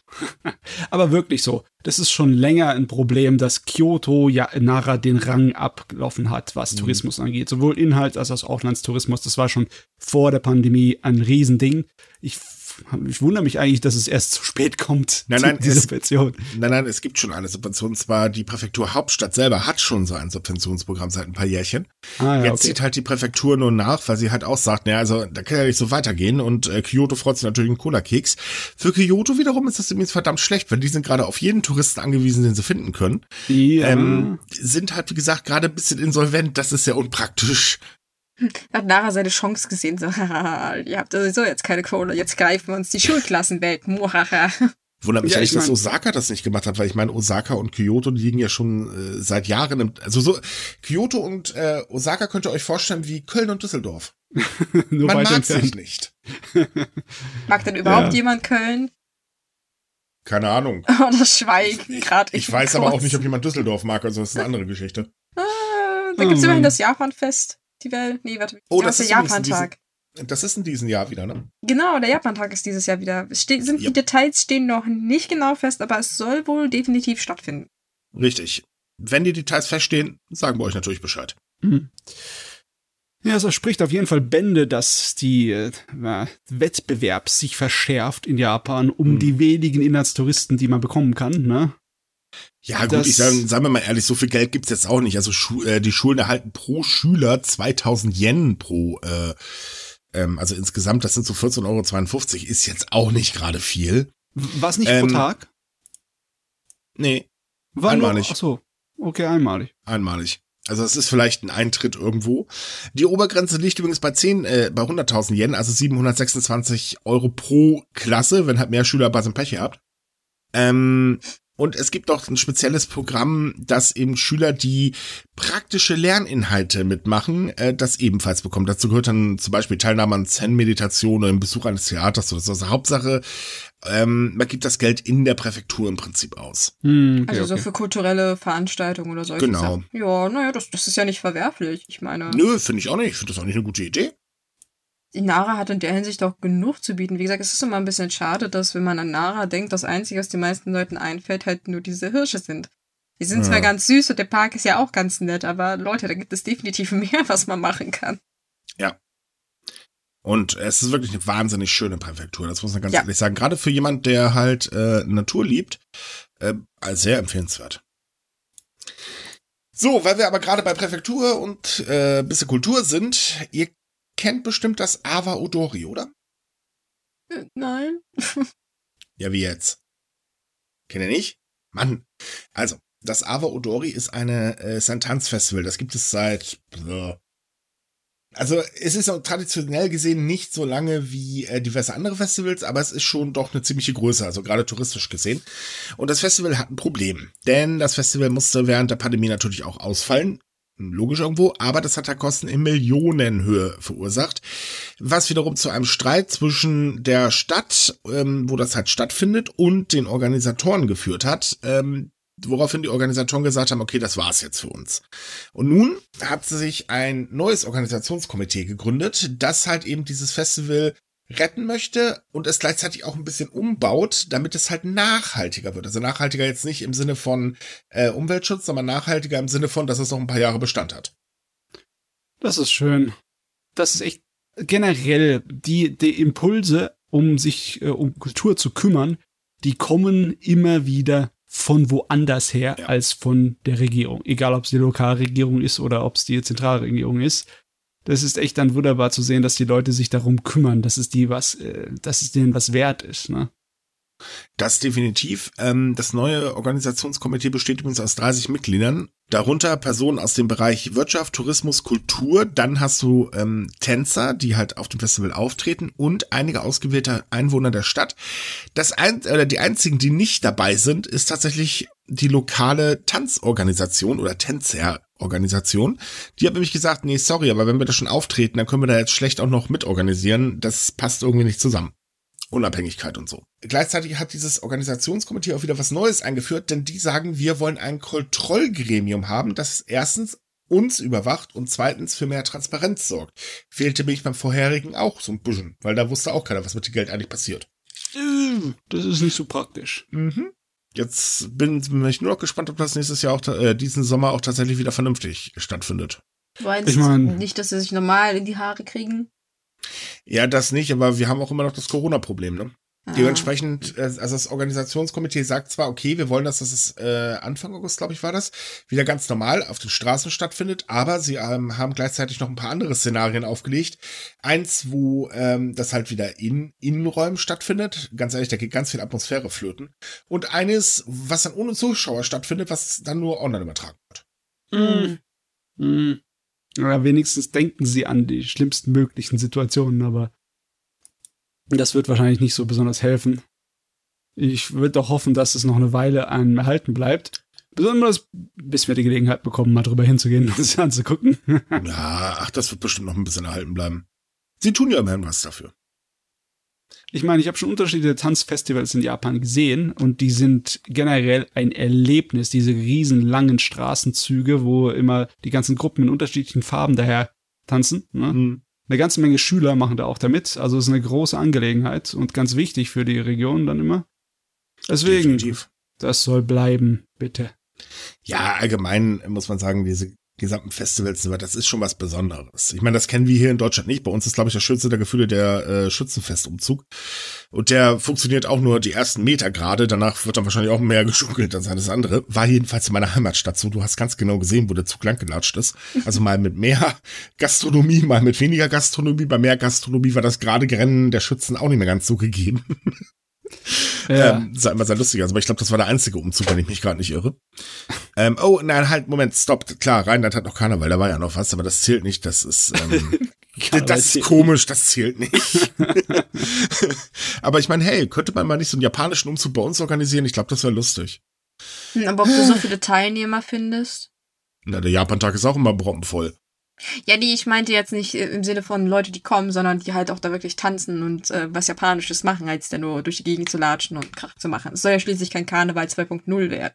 Aber wirklich so. Das ist schon länger ein Problem, dass Kyoto ja Nara den Rang abgelaufen hat, was Tourismus angeht. Sowohl Inhalt als auch Auslandstourismus. Das war schon vor der Pandemie ein Riesending. Ich wundere mich eigentlich, dass es erst zu spät kommt. Nein, die Subvention. Nein, es gibt schon eine Subvention. Und zwar die Präfektur Hauptstadt selber hat schon so ein Subventionsprogramm seit ein paar Jährchen. Jetzt zieht halt die Präfektur nur nach, weil sie halt auch sagt, naja, also da kann ja nicht so weitergehen. Und Kyoto freut sich natürlich einen Cola-Keks. Für Kyoto wiederum ist das übrigens verdammt schlecht, weil die sind gerade auf jeden Touristen angewiesen, den sie finden können. Ja. Sind halt, wie gesagt, gerade ein bisschen insolvent. Das ist sehr unpraktisch. Hat Nara seine Chance gesehen, so, ihr habt sowieso jetzt keine Kohle, jetzt greifen wir uns die Schulklassen weg, muhaha. Wundert mich eigentlich, dass Osaka das nicht gemacht hat, weil ich meine, Osaka und Kyoto, die liegen ja schon seit Jahren Kyoto und Osaka könnt ihr euch vorstellen wie Köln und Düsseldorf. Man mag sich nicht. Mag denn überhaupt jemand Köln? Keine Ahnung. Oh, das Schweigen gerade. Ich weiß aber auch nicht, ob jemand Düsseldorf mag, also das ist eine andere Geschichte. Da gibt's immerhin das Japan-Fest. Das ist der Japantag. Das ist in diesem Jahr wieder, ne? Genau, der Japantag ist dieses Jahr wieder. Die Details stehen noch nicht genau fest, aber es soll wohl definitiv stattfinden. Richtig. Wenn die Details feststehen, sagen wir euch natürlich Bescheid. Mhm. Ja, es spricht auf jeden Fall Bände, dass die Wettbewerb sich verschärft in Japan um die wenigen Inlandstouristen, die man bekommen kann, ne? Ja gut, sagen wir mal ehrlich, so viel Geld gibt's jetzt auch nicht. Also die Schulen erhalten pro Schüler 2000 Yen pro, also insgesamt, das sind so 14,52 €, ist jetzt auch nicht gerade viel. Was nicht pro Tag? Nee, einmalig. Ach so, okay, einmalig. Einmalig. Also das ist vielleicht ein Eintritt irgendwo. Die Obergrenze liegt übrigens bei 100.000 Yen, also 726 € pro Klasse, wenn halt mehr Schüler bei so einem Pech habt. Und es gibt auch ein spezielles Programm, das eben Schüler, die praktische Lerninhalte mitmachen, das ebenfalls bekommen. Dazu gehört dann zum Beispiel Teilnahme an Zen-Meditation oder im Besuch eines Theaters oder so. Also Hauptsache, man gibt das Geld in der Präfektur im Prinzip aus. Okay, also so für kulturelle Veranstaltungen oder solche Sachen. Ja, naja, das ist ja nicht verwerflich. Ich meine. Nö, finde ich auch nicht. Ich finde das auch nicht eine gute Idee. Die Nara hat in der Hinsicht auch genug zu bieten. Wie gesagt, es ist immer ein bisschen schade, dass, wenn man an Nara denkt, das Einzige, was den meisten Leuten einfällt, halt nur diese Hirsche sind. Die sind zwar ganz süß und der Park ist ja auch ganz nett, aber Leute, da gibt es definitiv mehr, was man machen kann. Ja. Und es ist wirklich eine wahnsinnig schöne Präfektur, das muss man ganz ehrlich sagen. Gerade für jemand, der halt Natur liebt, sehr empfehlenswert. So, weil wir aber gerade bei Präfektur und bisschen Kultur sind, ihr kennt bestimmt das Awa Odori, oder? Nein. Ja, wie jetzt? Kennt ihr nicht? Mann. Also, das Awa Odori ist ein Tanzfestival. Das gibt es seit... Also, es ist auch traditionell gesehen nicht so lange wie diverse andere Festivals, aber es ist schon doch eine ziemliche Größe, also gerade touristisch gesehen. Und das Festival hat ein Problem, denn das Festival musste während der Pandemie natürlich auch ausfallen. Logisch irgendwo, aber das hat da Kosten in Millionenhöhe verursacht, was wiederum zu einem Streit zwischen der Stadt, wo das halt stattfindet, und den Organisatoren geführt hat, woraufhin die Organisatoren gesagt haben, okay, das war's jetzt für uns. Und nun hat sich ein neues Organisationskomitee gegründet, das halt eben dieses Festival retten möchte und es gleichzeitig auch ein bisschen umbaut, damit es halt nachhaltiger wird. Also nachhaltiger jetzt nicht im Sinne von Umweltschutz, sondern nachhaltiger im Sinne von, dass es noch ein paar Jahre Bestand hat. Das ist schön. Das ist echt generell die Impulse, um sich um Kultur zu kümmern, die kommen immer wieder von woanders her als von der Regierung. Egal, ob es die Lokalregierung ist oder ob es die Zentralregierung ist. Das ist echt dann wunderbar zu sehen, dass die Leute sich darum kümmern, dass es denen was wert ist, ne? Das definitiv. Das neue Organisationskomitee besteht übrigens aus 30 Mitgliedern, darunter Personen aus dem Bereich Wirtschaft, Tourismus, Kultur. Dann hast du Tänzer, die halt auf dem Festival auftreten und einige ausgewählte Einwohner der Stadt. Die einzigen, die nicht dabei sind, ist tatsächlich die lokale Tanzorganisation oder Tänzerorganisation. Die hat nämlich gesagt, nee, sorry, aber wenn wir da schon auftreten, dann können wir da jetzt schlecht auch noch mitorganisieren. Das passt irgendwie nicht zusammen. Unabhängigkeit und so. Gleichzeitig hat dieses Organisationskomitee auch wieder was Neues eingeführt, denn die sagen, wir wollen ein Kontrollgremium haben, das erstens uns überwacht und zweitens für mehr Transparenz sorgt. Fehlte mich beim vorherigen auch so ein bisschen, weil da wusste auch keiner, was mit dem Geld eigentlich passiert. Das ist nicht so praktisch. Mhm. Jetzt bin ich nur noch gespannt, ob das nächstes Jahr diesen Sommer auch tatsächlich wieder vernünftig stattfindet. Ich meine, nicht, dass sie sich normal in die Haare kriegen. Ja, das nicht, aber wir haben auch immer noch das Corona-Problem, ne? Dementsprechend, also das Organisationskomitee sagt zwar, okay, wir wollen, dass das Anfang August, glaube ich, war das, wieder ganz normal auf den Straßen stattfindet, aber sie haben gleichzeitig noch ein paar andere Szenarien aufgelegt. Eins, wo das halt wieder in Innenräumen stattfindet. Ganz ehrlich, da geht ganz viel Atmosphäre flöten. Und eines, was dann ohne Zuschauer stattfindet, was dann nur online übertragen wird. Ja, wenigstens denken sie an die schlimmsten möglichen Situationen, aber das wird wahrscheinlich nicht so besonders helfen. Ich würde doch hoffen, dass es noch eine Weile einem erhalten bleibt. Besonders, bis wir die Gelegenheit bekommen, mal drüber hinzugehen und uns anzugucken. Ja, das wird bestimmt noch ein bisschen erhalten bleiben. Sie tun ja immerhin was dafür. Ich meine, ich habe schon unterschiedliche Tanzfestivals in Japan gesehen und die sind generell ein Erlebnis, diese riesen langen Straßenzüge, wo immer die ganzen Gruppen in unterschiedlichen Farben daher tanzen. Ne? Eine ganze Menge Schüler machen da auch da mit, also es ist eine große Angelegenheit und ganz wichtig für die Region dann immer. Deswegen, definitiv. Das soll bleiben, bitte. Ja, allgemein muss man sagen, diese gesamten Festivals, das ist schon was Besonderes. Ich meine, das kennen wir hier in Deutschland nicht. Bei uns ist, glaube ich, das schönste der Gefühle der Schützenfestumzug. Und der funktioniert auch nur die ersten Meter gerade. Danach wird dann wahrscheinlich auch mehr geschunkelt als alles andere. War jedenfalls in meiner Heimatstadt so. Du hast ganz genau gesehen, wo der Zug langgelatscht ist. Also mal mit mehr Gastronomie, mal mit weniger Gastronomie. Bei mehr Gastronomie war das gerade Rennen der Schützen auch nicht mehr ganz so gegeben. Ja. Sah immer sehr lustig aus, aber ich glaube, das war der einzige Umzug, wenn ich mich gerade nicht irre. Oh, nein, halt, Moment, stopp. Klar, Rheinland hat noch Karneval, da war ja noch was, aber das zählt nicht, das ist, das ist komisch, das zählt nicht. Aber ich meine, hey, könnte man mal nicht so einen japanischen Umzug bei uns organisieren? Ich glaube, das wäre lustig. Aber ob du so viele Teilnehmer findest? Na, der Japan-Tag ist auch immer proppenvoll. Ja, ich meinte jetzt nicht im Sinne von Leute, die kommen, sondern die halt auch da wirklich tanzen und was Japanisches machen, als dann nur durch die Gegend zu latschen und Krach zu machen. Es soll ja schließlich kein Karneval 2.0 werden.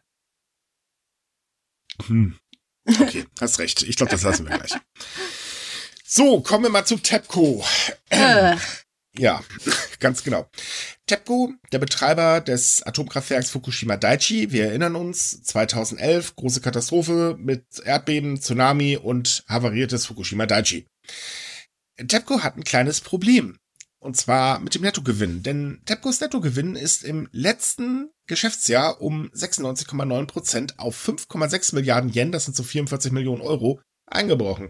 Okay, hast recht. Ich glaube, das lassen wir gleich. So, kommen wir mal zu TEPCO. Ja, ganz genau. TEPCO, der Betreiber des Atomkraftwerks Fukushima Daiichi, wir erinnern uns, 2011, große Katastrophe mit Erdbeben, Tsunami und havariertes Fukushima Daiichi. TEPCO hat ein kleines Problem. Und zwar mit dem Nettogewinn. Denn TEPCOs Nettogewinn ist im letzten Geschäftsjahr um 96,9% auf 5,6 Milliarden Yen, das sind so 44 Millionen Euro, eingebrochen.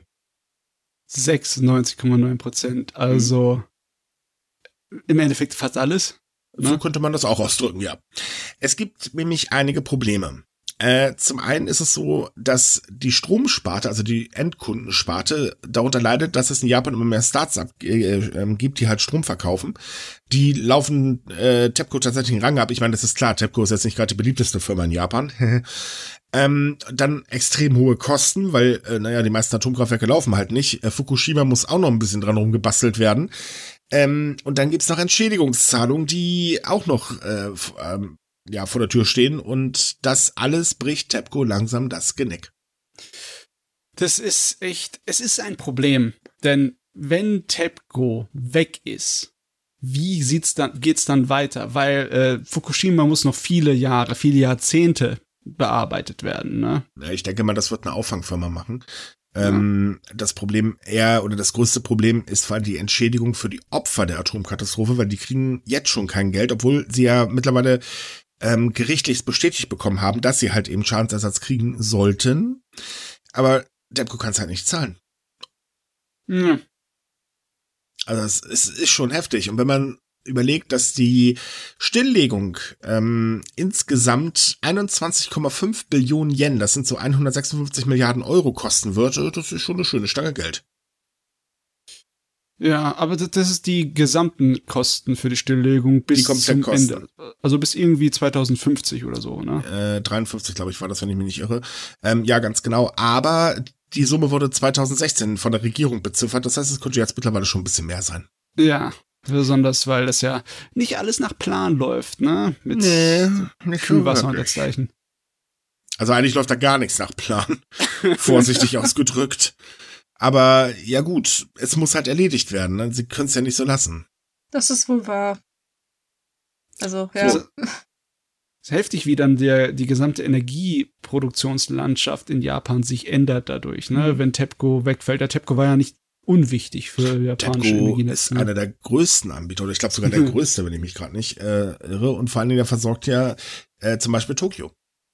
96,9%, also im Endeffekt fast alles. Ne? So könnte man das auch ausdrücken, ja. Es gibt nämlich einige Probleme. Zum einen ist es so, dass die Stromsparte, also die Endkundensparte, darunter leidet, dass es in Japan immer mehr Startups gibt, die halt Strom verkaufen. Die laufen TEPCO tatsächlich einen Rang ab. Ich meine, das ist klar, TEPCO ist jetzt nicht gerade die beliebteste Firma in Japan. Dann extrem hohe Kosten, weil, die meisten Atomkraftwerke laufen halt nicht. Fukushima muss auch noch ein bisschen dran rumgebastelt werden. Und dann gibt's noch Entschädigungszahlungen, die auch noch vor der Tür stehen, und das alles bricht TEPCO langsam das Genick. Das ist echt, es ist ein Problem, denn wenn TEPCO weg ist, wie geht's dann weiter? Weil Fukushima muss noch viele Jahrzehnte bearbeitet werden, ne? Ja, ich denke mal, das wird eine Auffangfirma machen. Das Problem das größte Problem ist vor allem die Entschädigung für die Opfer der Atomkatastrophe, weil die kriegen jetzt schon kein Geld, obwohl sie ja mittlerweile gerichtlich bestätigt bekommen haben, dass sie halt eben Schadensersatz kriegen sollten. Aber TEPCO kann es halt nicht zahlen. Ja. Also es ist schon heftig. Und wenn man überlegt, dass die Stilllegung insgesamt 21,5 Billionen Yen, das sind so 156 Milliarden Euro kosten wird, das ist schon eine schöne Stange Geld. Ja, aber das ist die gesamten Kosten für die Stilllegung bis zum Ende. Also bis irgendwie 2050 oder so, ne? 53, glaube ich, war das, wenn ich mich nicht irre. Ja, ganz genau. Aber die Summe wurde 2016 von der Regierung beziffert. Das heißt, es könnte jetzt mittlerweile schon ein bisschen mehr sein. Ja, besonders, weil das ja nicht alles nach Plan läuft, ne? Mit Kühlwasser und dergleichen. Also eigentlich läuft da gar nichts nach Plan. Vorsichtig ausgedrückt. Aber ja gut, es muss halt erledigt werden. Ne? Sie können es ja nicht so lassen. Das ist wohl wahr. Also, ja. So. Es ist heftig, wie dann die gesamte Energieproduktionslandschaft in Japan sich ändert dadurch, ne? Wenn TEPCO wegfällt. Der TEPCO war ja nicht unwichtig für japanische Energienetze. TEPCO ist einer der größten Anbieter, oder ich glaube sogar der größte, wenn ich mich gerade nicht irre. Und vor allen Dingen, der versorgt ja zum Beispiel Tokio.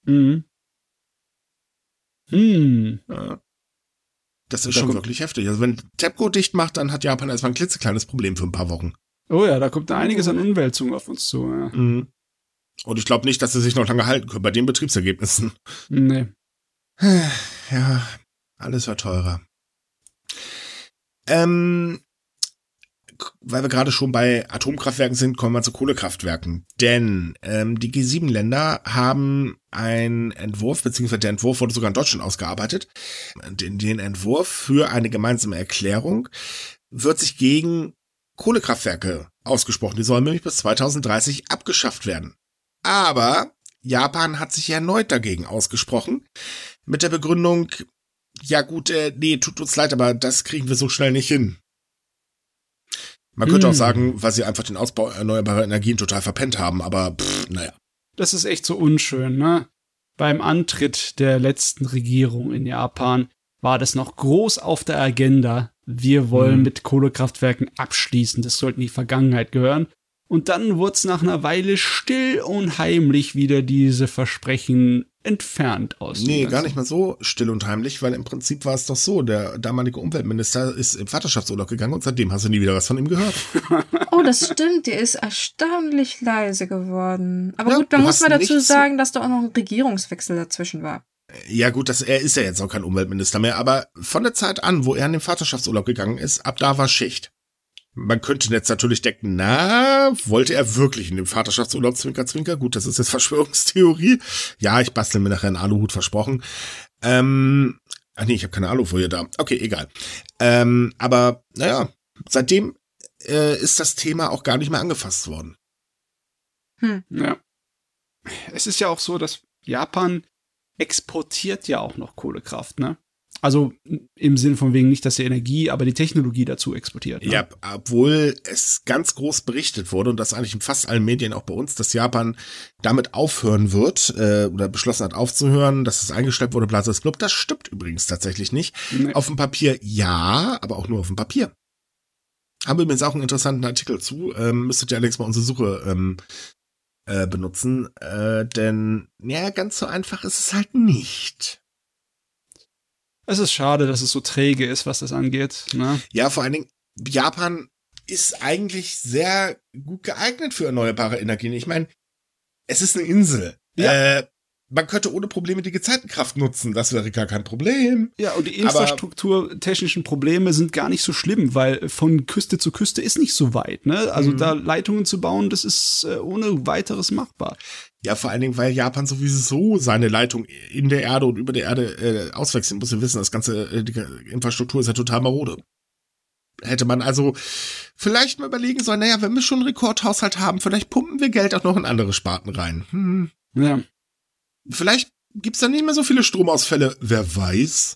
Ja. Das ist schon wirklich heftig. Also wenn TEPCO dicht macht, dann hat Japan erstmal ein klitzekleines Problem für ein paar Wochen. Oh ja, da kommt da einiges an Umwälzungen auf uns zu. Ja. Und ich glaube nicht, dass sie sich noch lange halten können bei den Betriebsergebnissen. Nee. Ja, alles war teurer. Weil wir gerade schon bei Atomkraftwerken sind, kommen wir zu Kohlekraftwerken. Denn die G7-Länder haben einen Entwurf, beziehungsweise der Entwurf wurde sogar in Deutschland ausgearbeitet. Den Entwurf für eine gemeinsame Erklärung wird sich gegen Kohlekraftwerke ausgesprochen. Die sollen nämlich bis 2030 abgeschafft werden. Aber Japan hat sich erneut dagegen ausgesprochen, mit der Begründung, ja gut, nee, tut uns leid, aber das kriegen wir so schnell nicht hin. Man könnte auch sagen, weil sie einfach den Ausbau erneuerbarer Energien total verpennt haben, aber naja. Das ist echt so unschön, ne? Beim Antritt der letzten Regierung in Japan war das noch groß auf der Agenda. Wir wollen mit Kohlekraftwerken abschließen, das sollte in die Vergangenheit gehören. Und dann wurde es nach einer Weile still und heimlich wieder diese Versprechen entfernt aus. Nee, gar nicht mal so still und heimlich, weil im Prinzip war es doch so, der damalige Umweltminister ist im Vaterschaftsurlaub gegangen und seitdem hast du nie wieder was von ihm gehört. Oh, das stimmt, der ist erstaunlich leise geworden. Aber ja, gut, dann muss man dazu sagen, dass da auch noch ein Regierungswechsel dazwischen war. Ja gut, er ist ja jetzt auch kein Umweltminister mehr, aber von der Zeit an, wo er in den Vaterschaftsurlaub gegangen ist, ab da war Schicht. Man könnte jetzt natürlich denken, na, wollte er wirklich in dem Vaterschaftsurlaub Zwinker, Zwinker? Gut, das ist jetzt Verschwörungstheorie. Ja, ich bastel mir nachher einen Aluhut, versprochen. Ach nee, ich habe keine Alufolie da. Okay, egal. Aber naja, seitdem ist das Thema auch gar nicht mehr angefasst worden. Ja. Es ist ja auch so, dass Japan exportiert ja auch noch Kohlekraft, ne? Also im Sinne von wegen nicht, dass die Energie, aber die Technologie dazu exportiert. Ne? Ja, obwohl es ganz groß berichtet wurde und das eigentlich in fast allen Medien auch bei uns, dass Japan damit aufhören wird oder beschlossen hat aufzuhören, dass es eingestellt wurde, blablabla. Das stimmt übrigens tatsächlich nicht. Nee. Auf dem Papier ja, aber auch nur auf dem Papier. Haben wir übrigens auch einen interessanten Artikel zu. Müsstet ihr allerdings mal unsere Suche benutzen. Denn ja, ganz so einfach ist es halt nicht. Es ist schade, dass es so träge ist, was das angeht. Ne? Ja, vor allen Dingen, Japan ist eigentlich sehr gut geeignet für erneuerbare Energien. Ich meine, es ist eine Insel. Ja. Man könnte ohne Probleme die Gezeitenkraft nutzen. Das wäre gar kein Problem. Ja, und die infrastrukturtechnischen Probleme sind gar nicht so schlimm, weil von Küste zu Küste ist nicht so weit. Ne? Also da Leitungen zu bauen, das ist ohne weiteres machbar. Ja, vor allen Dingen, weil Japan sowieso seine Leitung in der Erde und über der Erde auswechseln muss. Wir wissen, die Infrastruktur ist ja total marode. Hätte man also vielleicht mal überlegen sollen, naja, wenn wir schon einen Rekordhaushalt haben, vielleicht pumpen wir Geld auch noch in andere Sparten rein. Ja. Vielleicht gibt's da nicht mehr so viele Stromausfälle. Wer weiß?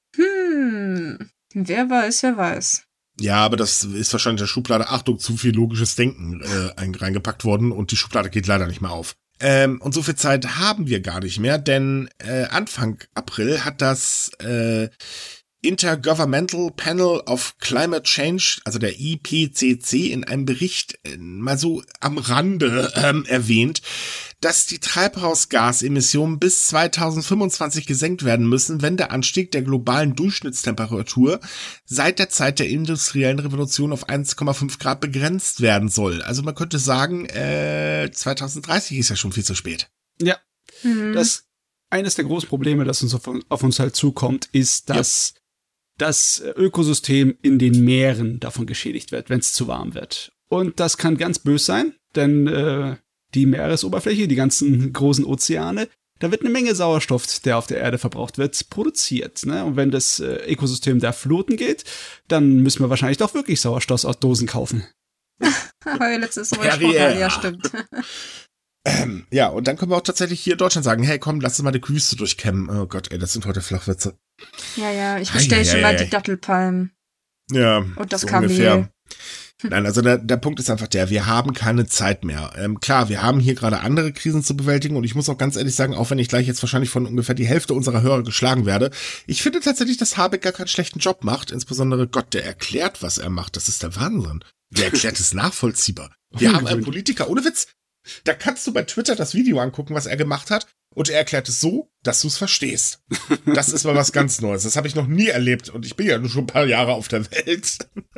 Wer weiß. Ja, aber das ist wahrscheinlich der Schublade, Achtung, zu viel logisches Denken reingepackt worden und die Schublade geht leider nicht mehr auf. Und so viel Zeit haben wir gar nicht mehr, denn Anfang April hat das Intergovernmental Panel of Climate Change, also der IPCC, in einem Bericht mal so am Rande erwähnt, dass die Treibhausgasemissionen bis 2025 gesenkt werden müssen, wenn der Anstieg der globalen Durchschnittstemperatur seit der Zeit der industriellen Revolution auf 1,5 Grad begrenzt werden soll. Also man könnte sagen, 2030 ist ja schon viel zu spät. Ja, das eines der großen Probleme, das uns auf uns halt zukommt, ist, dass das Ökosystem in den Meeren davon geschädigt wird, wenn es zu warm wird. Und das kann ganz böse sein, denn die Meeresoberfläche, die ganzen großen Ozeane, da wird eine Menge Sauerstoff, der auf der Erde verbraucht wird, produziert. Ne? Und wenn das Ökosystem da flöten geht, dann müssen wir wahrscheinlich doch wirklich Sauerstoff aus Dosen kaufen. Aber letztes Mal ja, stimmt. Ja, und dann können wir auch tatsächlich hier in Deutschland sagen, hey, komm, lass uns mal die Küste durchkämmen. Oh Gott, ey, das sind heute Flachwitze. Ja, ich bestelle schon mal die Dattelpalmen. Ja, und das so Kamel. Ungefähr. Nein, also der Punkt ist einfach wir haben keine Zeit mehr. Klar, wir haben hier gerade andere Krisen zu bewältigen und ich muss auch ganz ehrlich sagen, auch wenn ich gleich jetzt wahrscheinlich von ungefähr die Hälfte unserer Hörer geschlagen werde, ich finde tatsächlich, dass Habeck gar keinen schlechten Job macht, insbesondere Gott, der erklärt, was er macht, das ist der Wahnsinn. Der erklärt es nachvollziehbar. Wir haben einen Politiker, ohne Witz, da kannst du bei Twitter das Video angucken, was er gemacht hat und er erklärt es so, dass du es verstehst. Das ist mal was ganz Neues. Das habe ich noch nie erlebt und ich bin ja nur schon ein paar Jahre auf der Welt.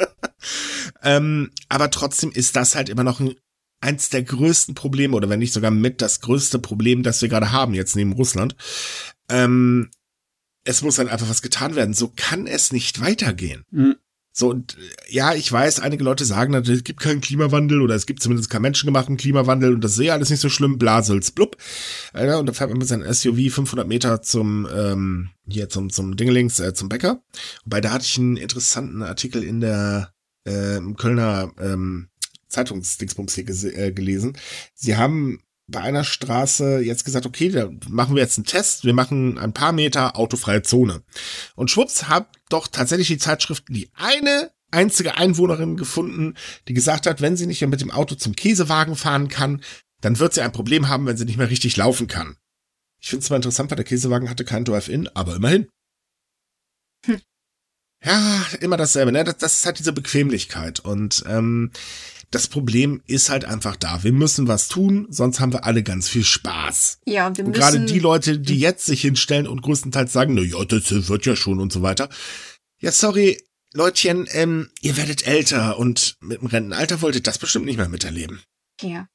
Aber trotzdem ist das halt immer noch eins der größten Probleme oder wenn nicht sogar mit das größte Problem, das wir gerade haben jetzt neben Russland. Es muss halt einfach was getan werden. So kann es nicht weitergehen. So, und ja, ich weiß, einige Leute sagen, es gibt keinen Klimawandel oder es gibt zumindest keinen menschengemachten Klimawandel und das ist ja alles nicht so schlimm, blasels, blub. Und da fährt man mit seinem SUV 500 Meter zum Dingelings, zum Bäcker. Wobei, da hatte ich einen interessanten Artikel in der Kölner Zeitungsdingsbums hier gelesen. Sie haben bei einer Straße jetzt gesagt, okay, da machen wir jetzt einen Test, wir machen ein paar Meter autofreie Zone. Und schwupps, hat doch tatsächlich die Zeitschrift die eine einzige Einwohnerin gefunden, die gesagt hat, wenn sie nicht mehr mit dem Auto zum Käsewagen fahren kann, dann wird sie ein Problem haben, wenn sie nicht mehr richtig laufen kann. Ich finde es zwar interessant, weil der Käsewagen hatte keinen Drive-In, aber immerhin. Ja, immer dasselbe, ne? Das ist halt diese Bequemlichkeit und das Problem ist halt einfach da. Wir müssen was tun, sonst haben wir alle ganz viel Spaß. Ja, und gerade die Leute, die jetzt sich hinstellen und größtenteils sagen, na ja, das wird ja schon und so weiter. Ja, sorry, Leutchen, ihr werdet älter und mit dem Rentenalter wollt ihr das bestimmt nicht mehr miterleben. Ja.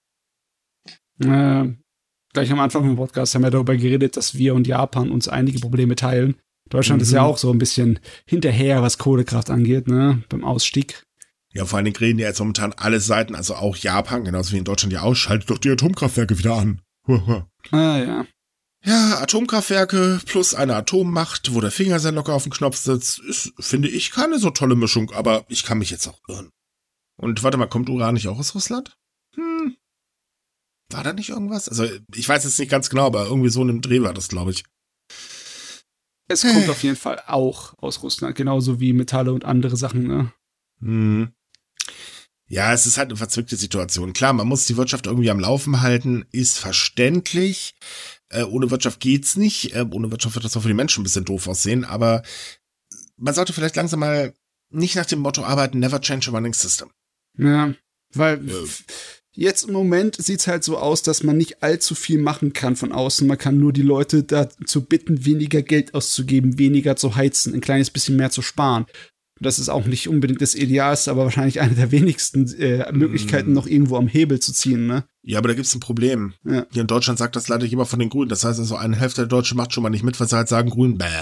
Gleich am Anfang vom Podcast haben wir darüber geredet, dass wir und Japan uns einige Probleme teilen. Deutschland ist ja auch so ein bisschen hinterher, was Kohlekraft angeht, ne, beim Ausstieg. Ja, vor allen Dingen reden ja jetzt momentan alle Seiten, also auch Japan, genauso wie in Deutschland ja auch, schaltet doch die Atomkraftwerke wieder an. Ja. Ja, Atomkraftwerke plus eine Atommacht, wo der Finger sehr locker auf dem Knopf sitzt, ist, finde ich, keine so tolle Mischung, aber ich kann mich jetzt auch irren. Und warte mal, kommt Uran nicht auch aus Russland? War da nicht irgendwas? Also, ich weiß jetzt nicht ganz genau, aber irgendwie so in einem Dreh war das, glaube ich. Es kommt auf jeden Fall auch aus Russland, genauso wie Metalle und andere Sachen, ne? Ja, es ist halt eine verzwickte Situation. Klar, man muss die Wirtschaft irgendwie am Laufen halten, ist verständlich. Ohne Wirtschaft geht's nicht. Ohne Wirtschaft wird das auch für die Menschen ein bisschen doof aussehen. Aber man sollte vielleicht langsam mal nicht nach dem Motto arbeiten, never change a running system. Ja, weil jetzt im Moment sieht's halt so aus, dass man nicht allzu viel machen kann von außen. Man kann nur die Leute dazu bitten, weniger Geld auszugeben, weniger zu heizen, ein kleines bisschen mehr zu sparen. Das ist auch nicht unbedingt das Idealste, aber wahrscheinlich eine der wenigsten Möglichkeiten, noch irgendwo am Hebel zu ziehen, ne? Ja, aber da gibt's ein Problem. Ja. Hier in Deutschland sagt das leider jemand von den Grünen. Das heißt also, eine Hälfte der Deutschen macht schon mal nicht mit, weil sie halt sagen, Grün, bäh.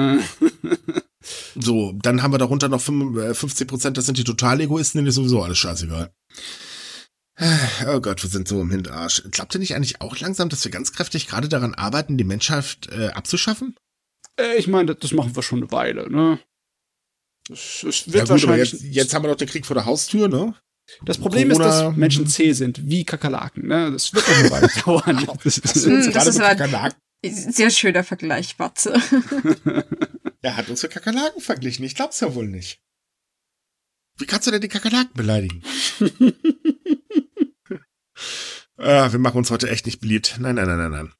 So, dann haben wir darunter noch 50%, das sind die Totalegoisten, denen ist sowieso alles scheißegal. Oh Gott, wir sind so im Hinterarsch. Glaubt ihr nicht eigentlich auch langsam, dass wir ganz kräftig gerade daran arbeiten, die Menschheit abzuschaffen? Ich meine, das machen wir schon eine Weile, ne? Es wird ja gut, wahrscheinlich. Aber jetzt haben wir doch den Krieg vor der Haustür, ne? Das Problem ist, dass Menschen zäh sind, wie Kakerlaken, ne? Das wird noch eine Weile dauern. Das ist ein sehr schöner Vergleich, Matze. Er hat uns für Kakerlaken verglichen, ich glaub's ja wohl nicht. Wie kannst du denn die Kakerlaken beleidigen? Wir machen uns heute echt nicht beliebt. Nein.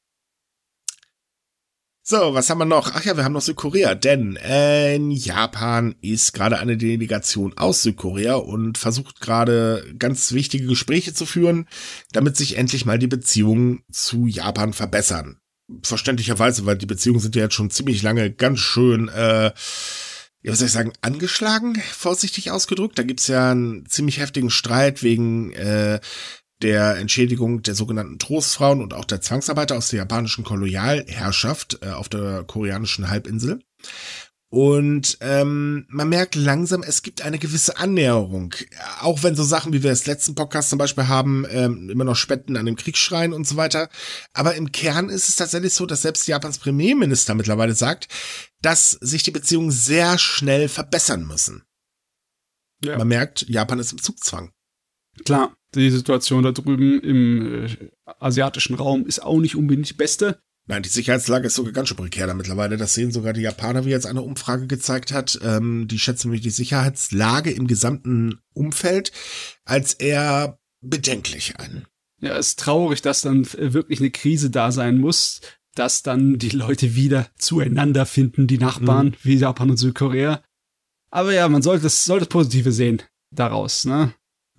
So, was haben wir noch? Ach ja, wir haben noch Südkorea, denn in Japan ist gerade eine Delegation aus Südkorea und versucht gerade ganz wichtige Gespräche zu führen, damit sich endlich mal die Beziehungen zu Japan verbessern. Verständlicherweise, weil die Beziehungen sind ja jetzt schon ziemlich lange ganz schön, was soll ich sagen, angeschlagen, vorsichtig ausgedrückt. Da gibt's ja einen ziemlich heftigen Streit wegen der Entschädigung der sogenannten Trostfrauen und auch der Zwangsarbeiter aus der japanischen Kolonialherrschaft auf der koreanischen Halbinsel. Und man merkt langsam, es gibt eine gewisse Annäherung. Auch wenn so Sachen, wie wir das letzten Podcast zum Beispiel haben, immer noch Spenden an dem Krieg schreien und so weiter. Aber im Kern ist es tatsächlich so, dass selbst Japans Premierminister mittlerweile sagt, dass sich die Beziehungen sehr schnell verbessern müssen. Ja. Man merkt, Japan ist im Zugzwang. Klar, die Situation da drüben im asiatischen Raum ist auch nicht unbedingt die beste. Nein, die Sicherheitslage ist sogar ganz schön prekär da mittlerweile. Das sehen sogar die Japaner, wie jetzt eine Umfrage gezeigt hat. Die schätzen nämlich die Sicherheitslage im gesamten Umfeld als eher bedenklich ein. Ja, es ist traurig, dass dann wirklich eine Krise da sein muss, dass dann die Leute wieder zueinander finden, die Nachbarn, wie Japan und Südkorea. Aber ja, man sollte das Positive sehen daraus, ne?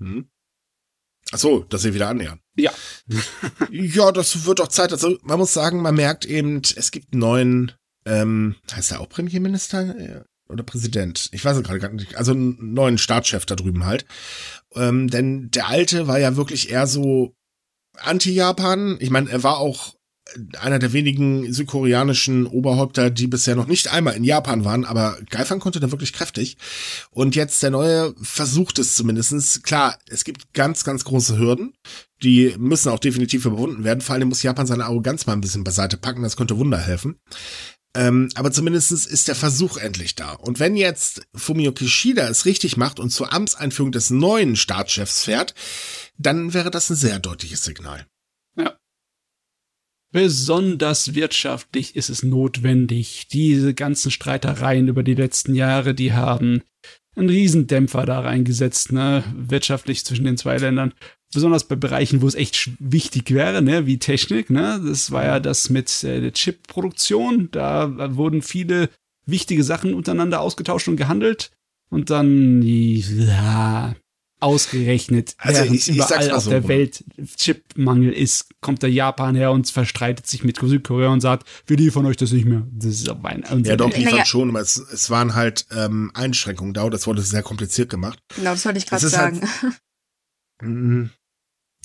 Ach so, dass sie wieder annähern. Ja. Ja, das wird auch Zeit. Also man muss sagen, man merkt eben, es gibt einen neuen, heißt er auch Premierminister oder Präsident? Ich weiß es gerade gar nicht. Also einen neuen Staatschef da drüben halt. Denn der alte war ja wirklich eher so anti-Japan. Ich meine, er war auch einer der wenigen südkoreanischen Oberhäupter, die bisher noch nicht einmal in Japan waren, aber geifern konnte der wirklich kräftig. Und jetzt der neue versucht es zumindestens. Klar, es gibt ganz, ganz große Hürden. Die müssen auch definitiv überwunden werden. Vor allem muss Japan seine Arroganz mal ein bisschen beiseite packen. Das könnte Wunder helfen. Aber zumindestens ist der Versuch endlich da. Und wenn jetzt Fumio Kishida es richtig macht und zur Amtseinführung des neuen Staatschefs fährt, dann wäre das ein sehr deutliches Signal. Ja. Besonders wirtschaftlich ist es notwendig. Diese ganzen Streitereien über die letzten Jahre, die haben einen Riesendämpfer da reingesetzt, ne, wirtschaftlich zwischen den zwei Ländern. Besonders bei Bereichen, wo es echt wichtig wäre, ne, wie Technik, ne. Das war ja das mit der Chip-Produktion. Da wurden viele wichtige Sachen untereinander ausgetauscht und gehandelt. Und dann, ja, ausgerechnet, also während überall auf der Welt Chipmangel ist, kommt der Japan her und verstreitet sich mit Südkorea und sagt, wir liefern euch das nicht mehr. Das ist aber ja, doch, liefern schon, aber es waren halt Einschränkungen da, das wurde sehr kompliziert gemacht. Genau, das wollte ich gerade sagen. Halt,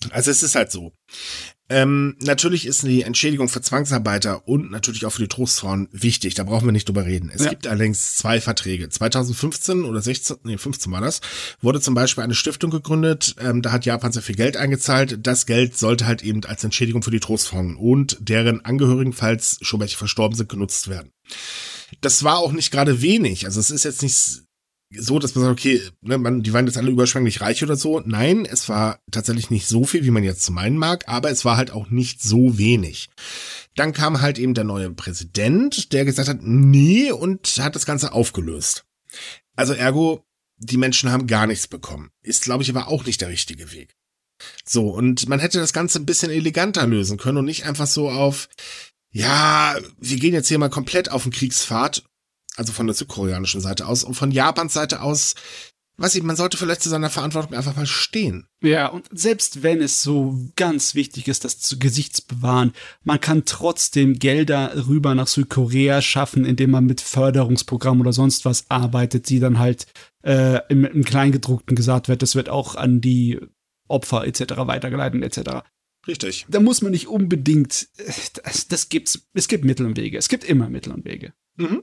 Also es ist halt so. Natürlich ist die Entschädigung für Zwangsarbeiter und natürlich auch für die Trostfrauen wichtig. Da brauchen wir nicht drüber reden. Es gibt allerdings 2 Verträge. 2015 oder 15 war das, wurde zum Beispiel eine Stiftung gegründet. Da hat Japan sehr viel Geld eingezahlt. Das Geld sollte halt eben als Entschädigung für die Trostfrauen und deren Angehörigen, falls schon welche verstorben sind, genutzt werden. Das war auch nicht gerade wenig. Also es ist jetzt nicht so, dass man sagt, okay, ne, die waren jetzt alle überschwänglich reich oder so. Nein, es war tatsächlich nicht so viel, wie man jetzt meinen mag, aber es war halt auch nicht so wenig. Dann kam halt eben der neue Präsident, der gesagt hat, nee, und hat das Ganze aufgelöst. Also ergo, die Menschen haben gar nichts bekommen. Ist, glaube ich, aber auch nicht der richtige Weg. So, und man hätte das Ganze ein bisschen eleganter lösen können und nicht einfach so auf, ja, wir gehen jetzt hier mal komplett auf den Kriegspfad, also von der südkoreanischen Seite aus und von Japans Seite aus, man sollte vielleicht zu seiner Verantwortung einfach mal stehen. Ja, und selbst wenn es so ganz wichtig ist, das zu Gesichtsbewahren, man kann trotzdem Gelder rüber nach Südkorea schaffen, indem man mit Förderungsprogrammen oder sonst was arbeitet, die dann halt im Kleingedruckten gesagt wird, das wird auch an die Opfer etc. weitergeleitet etc. Richtig. Da muss man nicht unbedingt, es gibt Mittel und Wege. Es gibt immer Mittel und Wege. Mhm.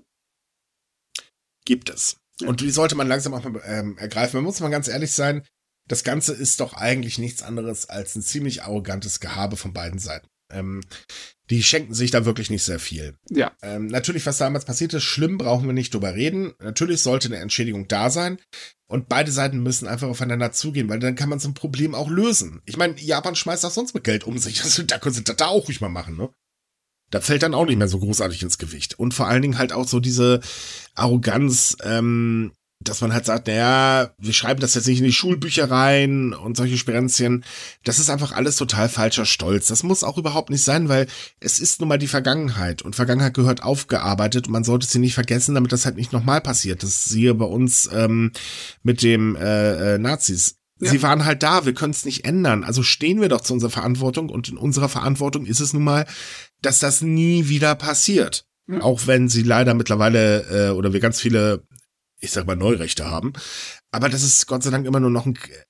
Gibt es. Und die sollte man langsam auch mal ergreifen. Man muss mal ganz ehrlich sein, das Ganze ist doch eigentlich nichts anderes als ein ziemlich arrogantes Gehabe von beiden Seiten. Die schenken sich da wirklich nicht sehr viel. Ja. Natürlich, was damals passiert ist, schlimm, brauchen wir nicht drüber reden. Natürlich sollte eine Entschädigung da sein. Und beide Seiten müssen einfach aufeinander zugehen, weil dann kann man so ein Problem auch lösen. Ich meine, Japan schmeißt auch sonst mit Geld um sich. Also, da können sie das da auch ruhig mal machen, ne? Da fällt dann auch nicht mehr so großartig ins Gewicht. Und vor allen Dingen halt auch so diese Arroganz, dass man halt sagt, naja, wir schreiben das jetzt nicht in die Schulbücher rein und solche Sperenzchen. Das ist einfach alles total falscher Stolz. Das muss auch überhaupt nicht sein, weil es ist nun mal die Vergangenheit. Und Vergangenheit gehört aufgearbeitet und man sollte sie nicht vergessen, damit das halt nicht nochmal passiert. Das siehe bei uns mit dem Nazis. Ja. Sie waren halt da, wir können es nicht ändern. Also stehen wir doch zu unserer Verantwortung und in unserer Verantwortung ist es nun mal, dass das nie wieder passiert. Ja. Auch wenn sie leider mittlerweile oder wir ganz viele, ich sag mal, Neurechte haben. Aber das ist Gott sei Dank immer nur noch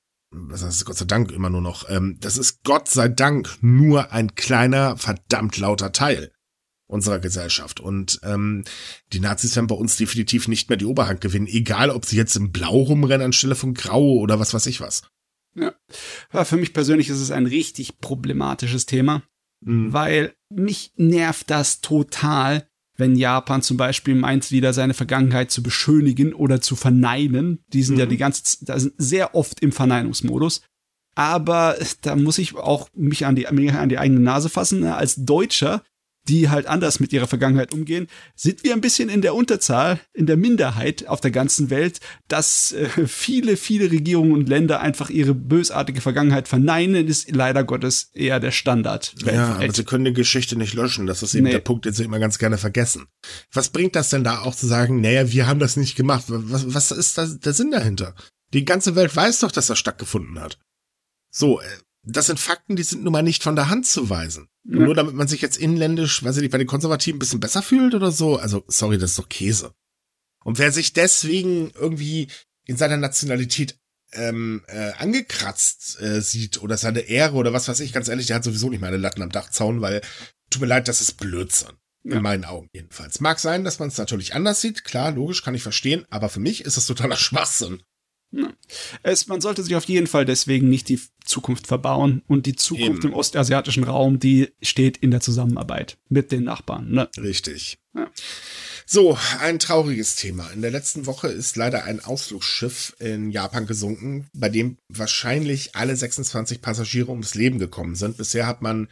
das ist Gott sei Dank nur ein kleiner, verdammt lauter Teil unserer Gesellschaft. Und die Nazis werden bei uns definitiv nicht mehr die Oberhand gewinnen, egal ob sie jetzt in Blau rumrennen anstelle von Grau oder was weiß ich was. Ja, für mich persönlich ist es ein richtig problematisches Thema, weil mich nervt das total, wenn Japan zum Beispiel meint, wieder seine Vergangenheit zu beschönigen oder zu verneinen. Die sind ja da sind sehr oft im Verneinungsmodus. Aber da muss ich auch mich an die eigene Nase fassen. Als Deutscher, die halt anders mit ihrer Vergangenheit umgehen, sind wir ein bisschen in der Unterzahl, in der Minderheit auf der ganzen Welt, dass viele, viele Regierungen und Länder einfach ihre bösartige Vergangenheit verneinen, ist leider Gottes eher der Standard. Ja, aber sie können die Geschichte nicht löschen. Das ist eben der Punkt, den sie immer ganz gerne vergessen. Was bringt das denn da auch zu sagen, naja, wir haben das nicht gemacht? Was ist da der Sinn dahinter? Die ganze Welt weiß doch, dass das stattgefunden hat. So, das sind Fakten, die sind nun mal nicht von der Hand zu weisen. Ja. Nur damit man sich jetzt inländisch, weiß ich nicht, bei den Konservativen ein bisschen besser fühlt oder so. Also, sorry, das ist doch Käse. Und wer sich deswegen irgendwie in seiner Nationalität angekratzt sieht oder seine Ehre oder was weiß ich, ganz ehrlich, der hat sowieso nicht mehr eine Latten am Dachzaun, weil, tut mir leid, das ist Blödsinn. In meinen Augen jedenfalls. Mag sein, dass man es natürlich anders sieht. Klar, logisch, kann ich verstehen. Aber für mich ist das totaler Schwachsinn. Ja. Man sollte sich auf jeden Fall deswegen nicht die Zukunft verbauen. Und die Zukunft im ostasiatischen Raum, die steht in der Zusammenarbeit mit den Nachbarn. Ne? Richtig. Ja. So, ein trauriges Thema. In der letzten Woche ist leider ein Ausflugsschiff in Japan gesunken, bei dem wahrscheinlich alle 26 Passagiere ums Leben gekommen sind. Bisher hat man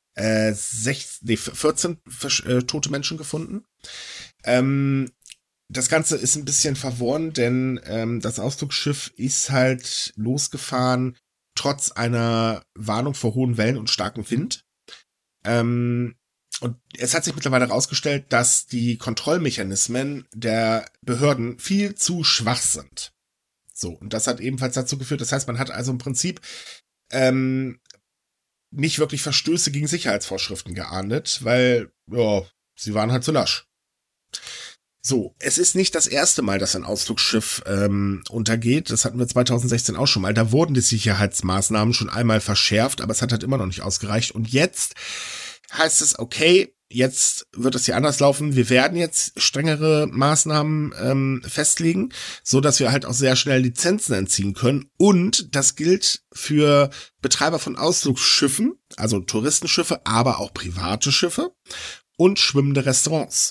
14 tote Menschen gefunden. Das Ganze ist ein bisschen verworren, denn das Ausflugsschiff ist halt losgefahren, trotz einer Warnung vor hohen Wellen und starkem Wind. Und es hat sich mittlerweile herausgestellt, dass die Kontrollmechanismen der Behörden viel zu schwach sind. So, und das hat ebenfalls dazu geführt, das heißt, man hat also im Prinzip nicht wirklich Verstöße gegen Sicherheitsvorschriften geahndet, weil, ja, sie waren halt zu lasch. So, es ist nicht das erste Mal, dass ein Ausflugsschiff untergeht. Das hatten wir 2016 auch schon mal. Da wurden die Sicherheitsmaßnahmen schon einmal verschärft, aber es hat halt immer noch nicht ausgereicht. Und jetzt heißt es, okay, jetzt wird es hier anders laufen. Wir werden jetzt strengere Maßnahmen festlegen, so dass wir halt auch sehr schnell Lizenzen entziehen können. Und das gilt für Betreiber von Ausflugsschiffen, also Touristenschiffe, aber auch private Schiffe und schwimmende Restaurants.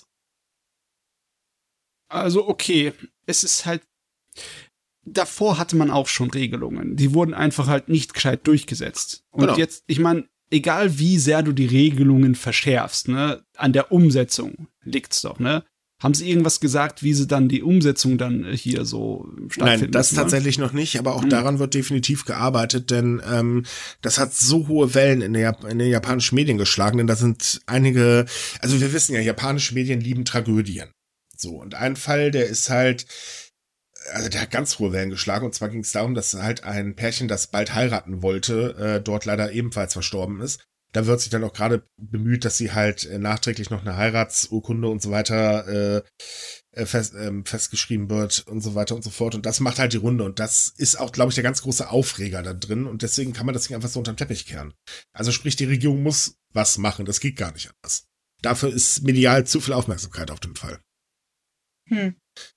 Also okay, es ist halt, davor hatte man auch schon Regelungen. Die wurden einfach halt nicht gescheit durchgesetzt. Und Genau. Jetzt, ich meine, egal wie sehr du die Regelungen verschärfst, ne, an der Umsetzung liegt's doch, ne? Haben sie irgendwas gesagt, wie sie dann die Umsetzung dann hier so stattfinden? Nein, das lassen wollen? tatsächlich noch nicht, aber auch daran wird definitiv gearbeitet, denn das hat so hohe Wellen in den japanischen Medien geschlagen, denn da sind einige, also wir wissen ja, japanische Medien lieben Tragödien. So, und ein Fall, der ist halt, also der hat ganz hohe Wellen geschlagen, und zwar ging es darum, dass halt ein Pärchen, das bald heiraten wollte, dort leider ebenfalls verstorben ist. Da wird sich dann auch gerade bemüht, dass sie halt nachträglich noch eine Heiratsurkunde und so weiter festgeschrieben wird und so weiter und so fort. Und das macht halt die Runde. Und das ist auch, glaube ich, der ganz große Aufreger da drin. Und deswegen kann man das nicht einfach so unter den Teppich kehren. Also sprich, die Regierung muss was machen. Das geht gar nicht anders. Dafür ist medial zu viel Aufmerksamkeit auf dem Fall. Du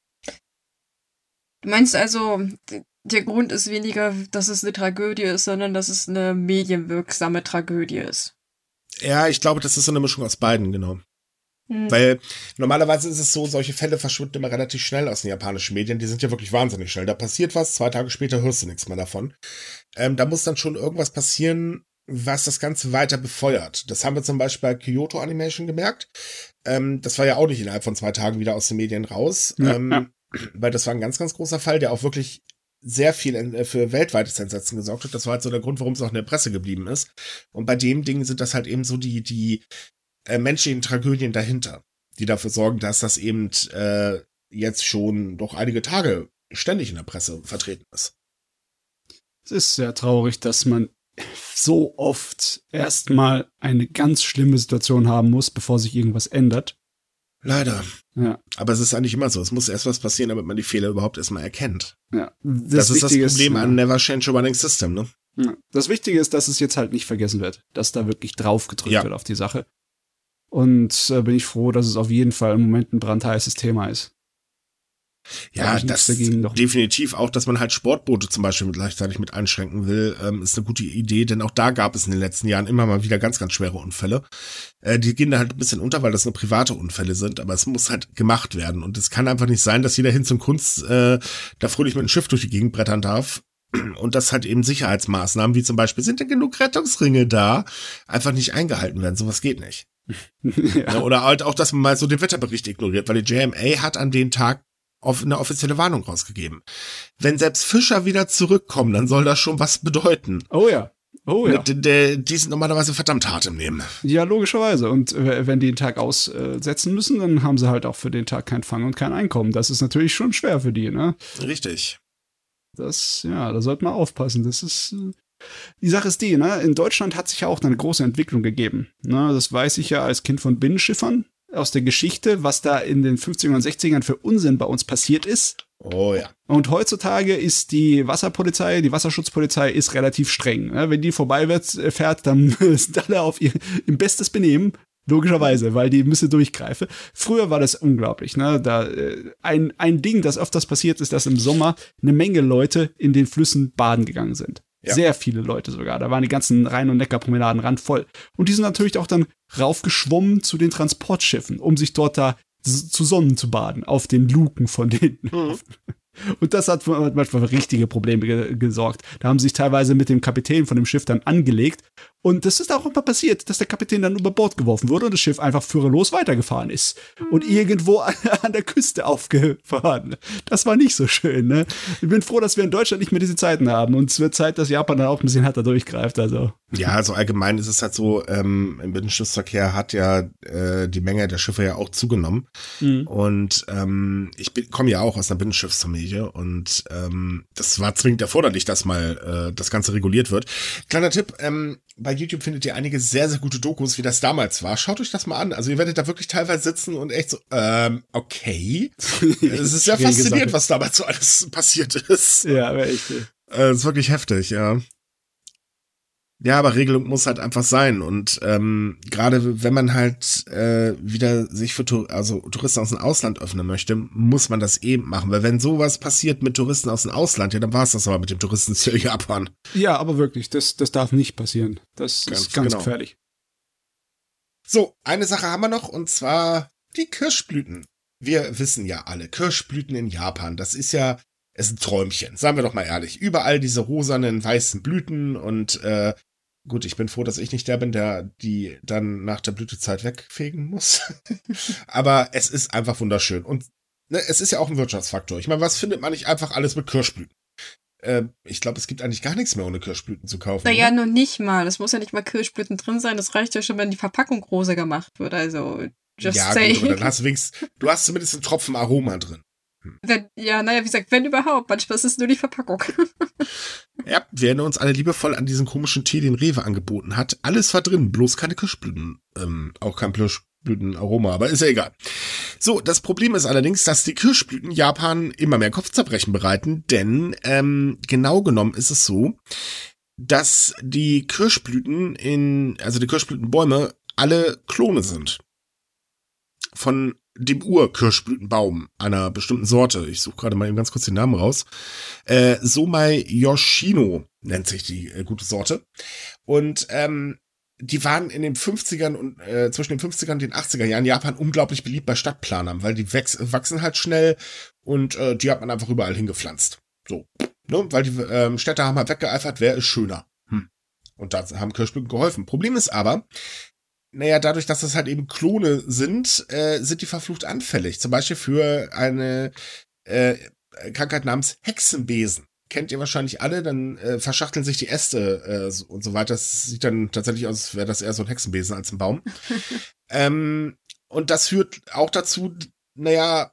meinst also, der Grund ist weniger, dass es eine Tragödie ist, sondern dass es eine medienwirksame Tragödie ist. Ja, ich glaube, das ist so eine Mischung aus beiden, genau. Weil normalerweise ist es so, solche Fälle verschwinden immer relativ schnell aus den japanischen Medien. Die sind ja wirklich wahnsinnig schnell. Da passiert was, 2 Tage später hörst du nichts mehr davon. Da muss dann schon irgendwas passieren, was das Ganze weiter befeuert. Das haben wir zum Beispiel bei Kyoto Animation gemerkt. Das war ja auch nicht innerhalb von 2 Tagen wieder aus den Medien raus. Ja. Weil das war ein ganz, ganz großer Fall, der auch wirklich sehr viel für weltweites Entsetzen gesorgt hat. Das war halt so der Grund, warum es auch in der Presse geblieben ist. Und bei dem Ding sind das halt eben so die menschlichen Tragödien dahinter, die dafür sorgen, dass das eben jetzt schon doch einige Tage ständig in der Presse vertreten ist. Es ist sehr traurig, dass man so oft erstmal eine ganz schlimme Situation haben muss, bevor sich irgendwas ändert. Leider. Ja. Aber es ist eigentlich immer so. Es muss erst was passieren, damit man die Fehler überhaupt erstmal erkennt. Ja. Das ist das Problem an Never Change a Running System, ne? Ja. Das Wichtige ist, dass es jetzt halt nicht vergessen wird, dass da wirklich drauf gedrückt wird auf die Sache. Und bin ich froh, dass es auf jeden Fall im Moment ein brandheißes Thema ist. Ja, das definitiv auch, dass man halt Sportboote zum Beispiel gleichzeitig mit einschränken will, ist eine gute Idee, denn auch da gab es in den letzten Jahren immer mal wieder ganz, ganz schwere Unfälle. Die gehen da halt ein bisschen unter, weil das nur private Unfälle sind, aber es muss halt gemacht werden. Und es kann einfach nicht sein, dass jeder hin zum Kunst da fröhlich mit einem Schiff durch die Gegend brettern darf. Und dass halt eben Sicherheitsmaßnahmen, wie zum Beispiel, sind denn genug Rettungsringe da, einfach nicht eingehalten werden. Sowas geht nicht. Ja. Oder halt auch, dass man mal so den Wetterbericht ignoriert, weil die JMA hat an den Tag eine offizielle Warnung rausgegeben. Wenn selbst Fischer wieder zurückkommen, dann soll das schon was bedeuten. Oh ja. Oh ja. Die sind normalerweise verdammt hart im Nehmen. Ja, logischerweise. Und wenn die den Tag aussetzen müssen, dann haben sie halt auch für den Tag kein Fang und kein Einkommen. Das ist natürlich schon schwer für die, ne? Richtig. Da sollte man aufpassen. Die Sache ist die, ne? In Deutschland hat sich ja auch eine große Entwicklung gegeben. Ne? Das weiß ich ja als Kind von Binnenschiffern aus der Geschichte, was da in den 50ern und 60ern für Unsinn bei uns passiert ist. Oh ja. Und heutzutage ist die Wasserpolizei, die Wasserschutzpolizei ist relativ streng. Ne? Wenn die fährt, dann sind alle auf im bestes Benehmen. Logischerweise, weil die müssen durchgreifen. Früher war das unglaublich. Ne? Da ein Ding, das öfters passiert ist, dass im Sommer eine Menge Leute in den Flüssen baden gegangen sind. Ja. Sehr viele Leute sogar. Da waren die ganzen Rhein- und Neckarpromenaden randvoll. Und die sind natürlich auch dann raufgeschwommen zu den Transportschiffen, um sich dort da zu Sonnen zu baden, auf den Luken von denen. Und das hat manchmal für richtige Probleme gesorgt. Da haben sie sich teilweise mit dem Kapitän von dem Schiff dann angelegt. Und das ist auch immer passiert, dass der Kapitän dann über Bord geworfen wurde und das Schiff einfach führerlos weitergefahren ist. Und irgendwo an der Küste aufgefahren. Das war nicht so schön, ne? Ich bin froh, dass wir in Deutschland nicht mehr diese Zeiten haben. Und es wird Zeit, dass Japan dann auch ein bisschen härter durchgreift. Also. Ja, also allgemein ist es halt so, im Binnenschiffsverkehr hat ja die Menge der Schiffe ja auch zugenommen. Und ich komme ja auch aus einer Binnenschiffsfamilie und das war zwingend erforderlich, dass mal das Ganze reguliert wird. Kleiner Tipp, bei bei YouTube findet ihr einige sehr, sehr gute Dokus, wie das damals war. Schaut euch das mal an. Also ihr werdet da wirklich teilweise sitzen und echt so, okay. Es ist sehr faszinierend, was damals so alles passiert ist. Ja, aber echt. Ist wirklich heftig, ja. Ja, aber Regelung muss halt einfach sein. Und gerade wenn man halt wieder sich für Touristen aus dem Ausland öffnen möchte, muss man das eben machen. Weil wenn sowas passiert mit Touristen aus dem Ausland, ja, dann war es das aber mit dem Touristenziel Japan. Ja, aber wirklich, das darf nicht passieren. Das ist ganz gefährlich. So, eine Sache haben wir noch, und zwar die Kirschblüten. Wir wissen ja alle, Kirschblüten in Japan, das ist ja, es ist ein Träumchen, sagen wir doch mal ehrlich. Überall diese rosanen, weißen Blüten und gut, ich bin froh, dass ich nicht der bin, der die dann nach der Blütezeit wegfegen muss. Aber es ist einfach wunderschön. Und ne, es ist ja auch ein Wirtschaftsfaktor. Ich meine, was findet man nicht einfach alles mit Kirschblüten? Ich glaube, es gibt eigentlich gar nichts mehr ohne Kirschblüten zu kaufen. Naja, nur nicht mal. Das muss ja nicht mal Kirschblüten drin sein. Das reicht ja schon, wenn die Verpackung rosa gemacht wird. Also, just say. Gut, aber dann hast du hast zumindest einen Tropfen Aroma drin. Wie gesagt, wenn überhaupt. Manchmal ist es nur die Verpackung. Ja, wir erinnern uns alle liebevoll an diesen komischen Tee, den Rewe angeboten hat. Alles war drin, bloß keine Kirschblüten. Auch kein Kirschblütenaroma, aber ist ja egal. So, das Problem ist allerdings, dass die Kirschblüten Japan immer mehr Kopfzerbrechen bereiten, denn genau genommen ist es so, dass die Kirschblüten also die Kirschblütenbäume alle Klone sind. Von dem Ur-Kirschblütenbaum einer bestimmten Sorte. Ich suche gerade mal eben ganz kurz den Namen raus. Somei Yoshino nennt sich die gute Sorte. Und die waren in den 50ern und zwischen den 50ern und den 80er Jahren in Japan unglaublich beliebt bei Stadtplanern, weil die wachsen halt schnell und die hat man einfach überall hingepflanzt. So, ne? Weil die Städte haben halt weggeeifert, wer ist schöner. Und da haben Kirschblüten geholfen. Problem ist aber, naja, dadurch, dass das halt eben Klone sind die verflucht anfällig. Zum Beispiel für eine Krankheit namens Hexenbesen. Kennt ihr wahrscheinlich alle, dann verschachteln sich die Äste und so weiter. Das sieht dann tatsächlich aus, als wäre das eher so ein Hexenbesen als ein Baum. Und das führt auch dazu, naja,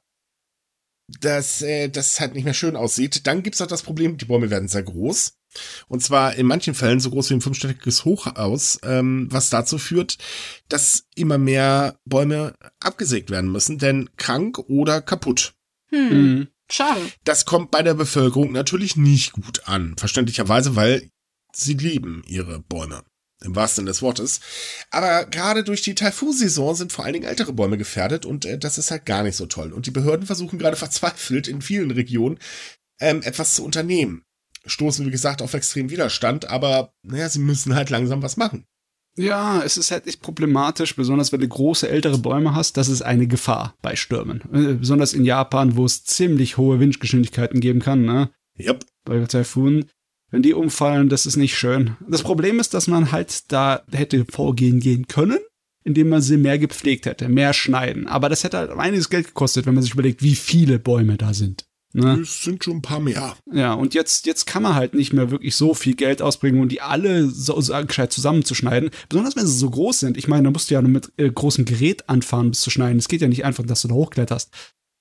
dass das halt nicht mehr schön aussieht. Dann gibt's auch das Problem, die Bäume werden sehr groß. Und zwar in manchen Fällen so groß wie ein 5-stöckiges Hochhaus, was dazu führt, dass immer mehr Bäume abgesägt werden müssen, denn krank oder kaputt. Schade. Das kommt bei der Bevölkerung natürlich nicht gut an. Verständlicherweise, weil sie lieben ihre Bäume. Im wahrsten Sinne des Wortes. Aber gerade durch die Taifun-Saison sind vor allen Dingen ältere Bäume gefährdet und das ist halt gar nicht so toll. Und die Behörden versuchen gerade verzweifelt in vielen Regionen etwas zu unternehmen. Stoßen, wie gesagt, auf extremen Widerstand, aber naja, sie müssen halt langsam was machen. Ja, es ist halt echt problematisch, besonders wenn du große, ältere Bäume hast, das ist eine Gefahr bei Stürmen. Besonders in Japan, wo es ziemlich hohe Windgeschwindigkeiten geben kann, ne? Yep. Bei Taifun, wenn die umfallen, das ist nicht schön. Das Problem ist, dass man halt da hätte gehen können, indem man sie mehr gepflegt hätte, mehr schneiden. Aber das hätte halt einiges Geld gekostet, wenn man sich überlegt, wie viele Bäume da sind. Ne? Es sind schon ein paar mehr. Ja, und jetzt kann man halt nicht mehr wirklich so viel Geld ausbringen, um die alle so gescheit zusammenzuschneiden. Besonders wenn sie so groß sind. Ich meine, da musst du ja nur mit großem Gerät anfahren, bis zu schneiden. Es geht ja nicht einfach, dass du da hochkletterst.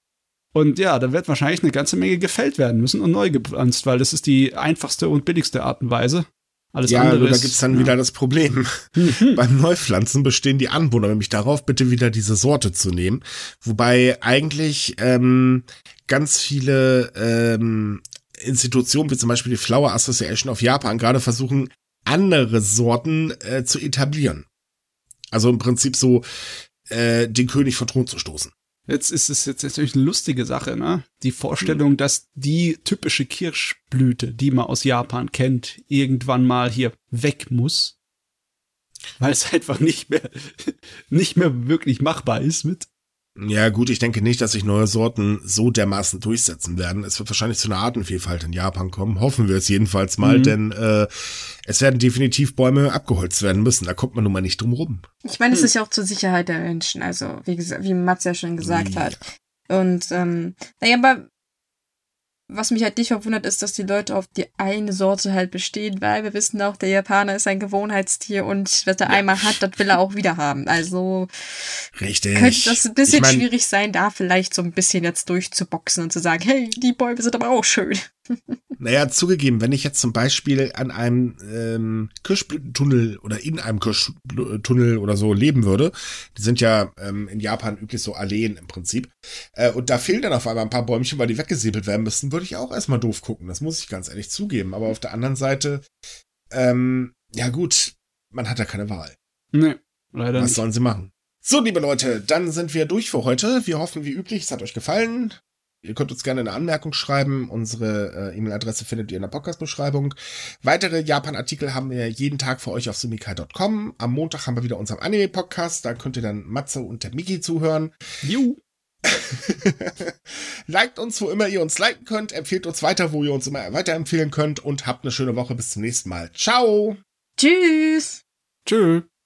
Und ja, da wird wahrscheinlich eine ganze Menge gefällt werden müssen und neu gepflanzt, weil das ist die einfachste und billigste Art und Weise. Alles andere da gibt's dann wieder das Problem. Beim Neupflanzen bestehen die Anwohner nämlich darauf, bitte wieder diese Sorte zu nehmen. Wobei eigentlich ganz viele Institutionen, wie zum Beispiel die Flower Association of Japan, gerade versuchen, andere Sorten zu etablieren. Also im Prinzip so den König vom Thron zu stoßen. Jetzt ist es jetzt natürlich eine lustige Sache, ne? Die Vorstellung, dass die typische Kirschblüte, die man aus Japan kennt, irgendwann mal hier weg muss. Weil es einfach nicht mehr wirklich machbar ist mit. Ja gut, ich denke nicht, dass sich neue Sorten so dermaßen durchsetzen werden. Es wird wahrscheinlich zu einer Artenvielfalt in Japan kommen. Hoffen wir es jedenfalls mal, denn es werden definitiv Bäume abgeholzt werden müssen. Da kommt man nun mal nicht drum rum. Ich meine, es ist ja auch zur Sicherheit der Menschen, also wie Mats ja schon gesagt hat. Und aber was mich halt nicht verwundert, ist, dass die Leute auf die eine Sorte halt bestehen, weil wir wissen auch, der Japaner ist ein Gewohnheitstier und was er einmal hat, das will er auch wieder haben. Also richtig. Könnte das ein bisschen schwierig sein, da vielleicht so ein bisschen jetzt durchzuboxen und zu sagen, hey, die Bäume sind aber auch schön. Naja, zugegeben, wenn ich jetzt zum Beispiel an einem Kirschblütentunnel oder in einem Kirschtunnel oder so leben würde, die sind ja in Japan üblich so Alleen im Prinzip, und da fehlen dann auf einmal ein paar Bäumchen, weil die weggesäbelt werden müssten, würde ich auch erstmal doof gucken. Das muss ich ganz ehrlich zugeben. Aber auf der anderen Seite, ja gut, man hat ja keine Wahl. Nee, leider Was nicht. sollen sie machen? So, liebe Leute, dann sind wir durch für heute. Wir hoffen, wie üblich, es hat euch gefallen. Ihr könnt uns gerne eine Anmerkung schreiben. Unsere E-Mail-Adresse findet ihr in der Podcast-Beschreibung. Weitere Japan-Artikel haben wir jeden Tag für euch auf sumikai.com. Am Montag haben wir wieder unseren Anime-Podcast. Da könnt ihr dann Matze und der Miki zuhören. Juhu. Liked uns, wo immer ihr uns liken könnt. Empfehlt uns weiter, wo ihr uns immer weiterempfehlen könnt. Und habt eine schöne Woche. Bis zum nächsten Mal. Ciao! Tschüss! Tschö.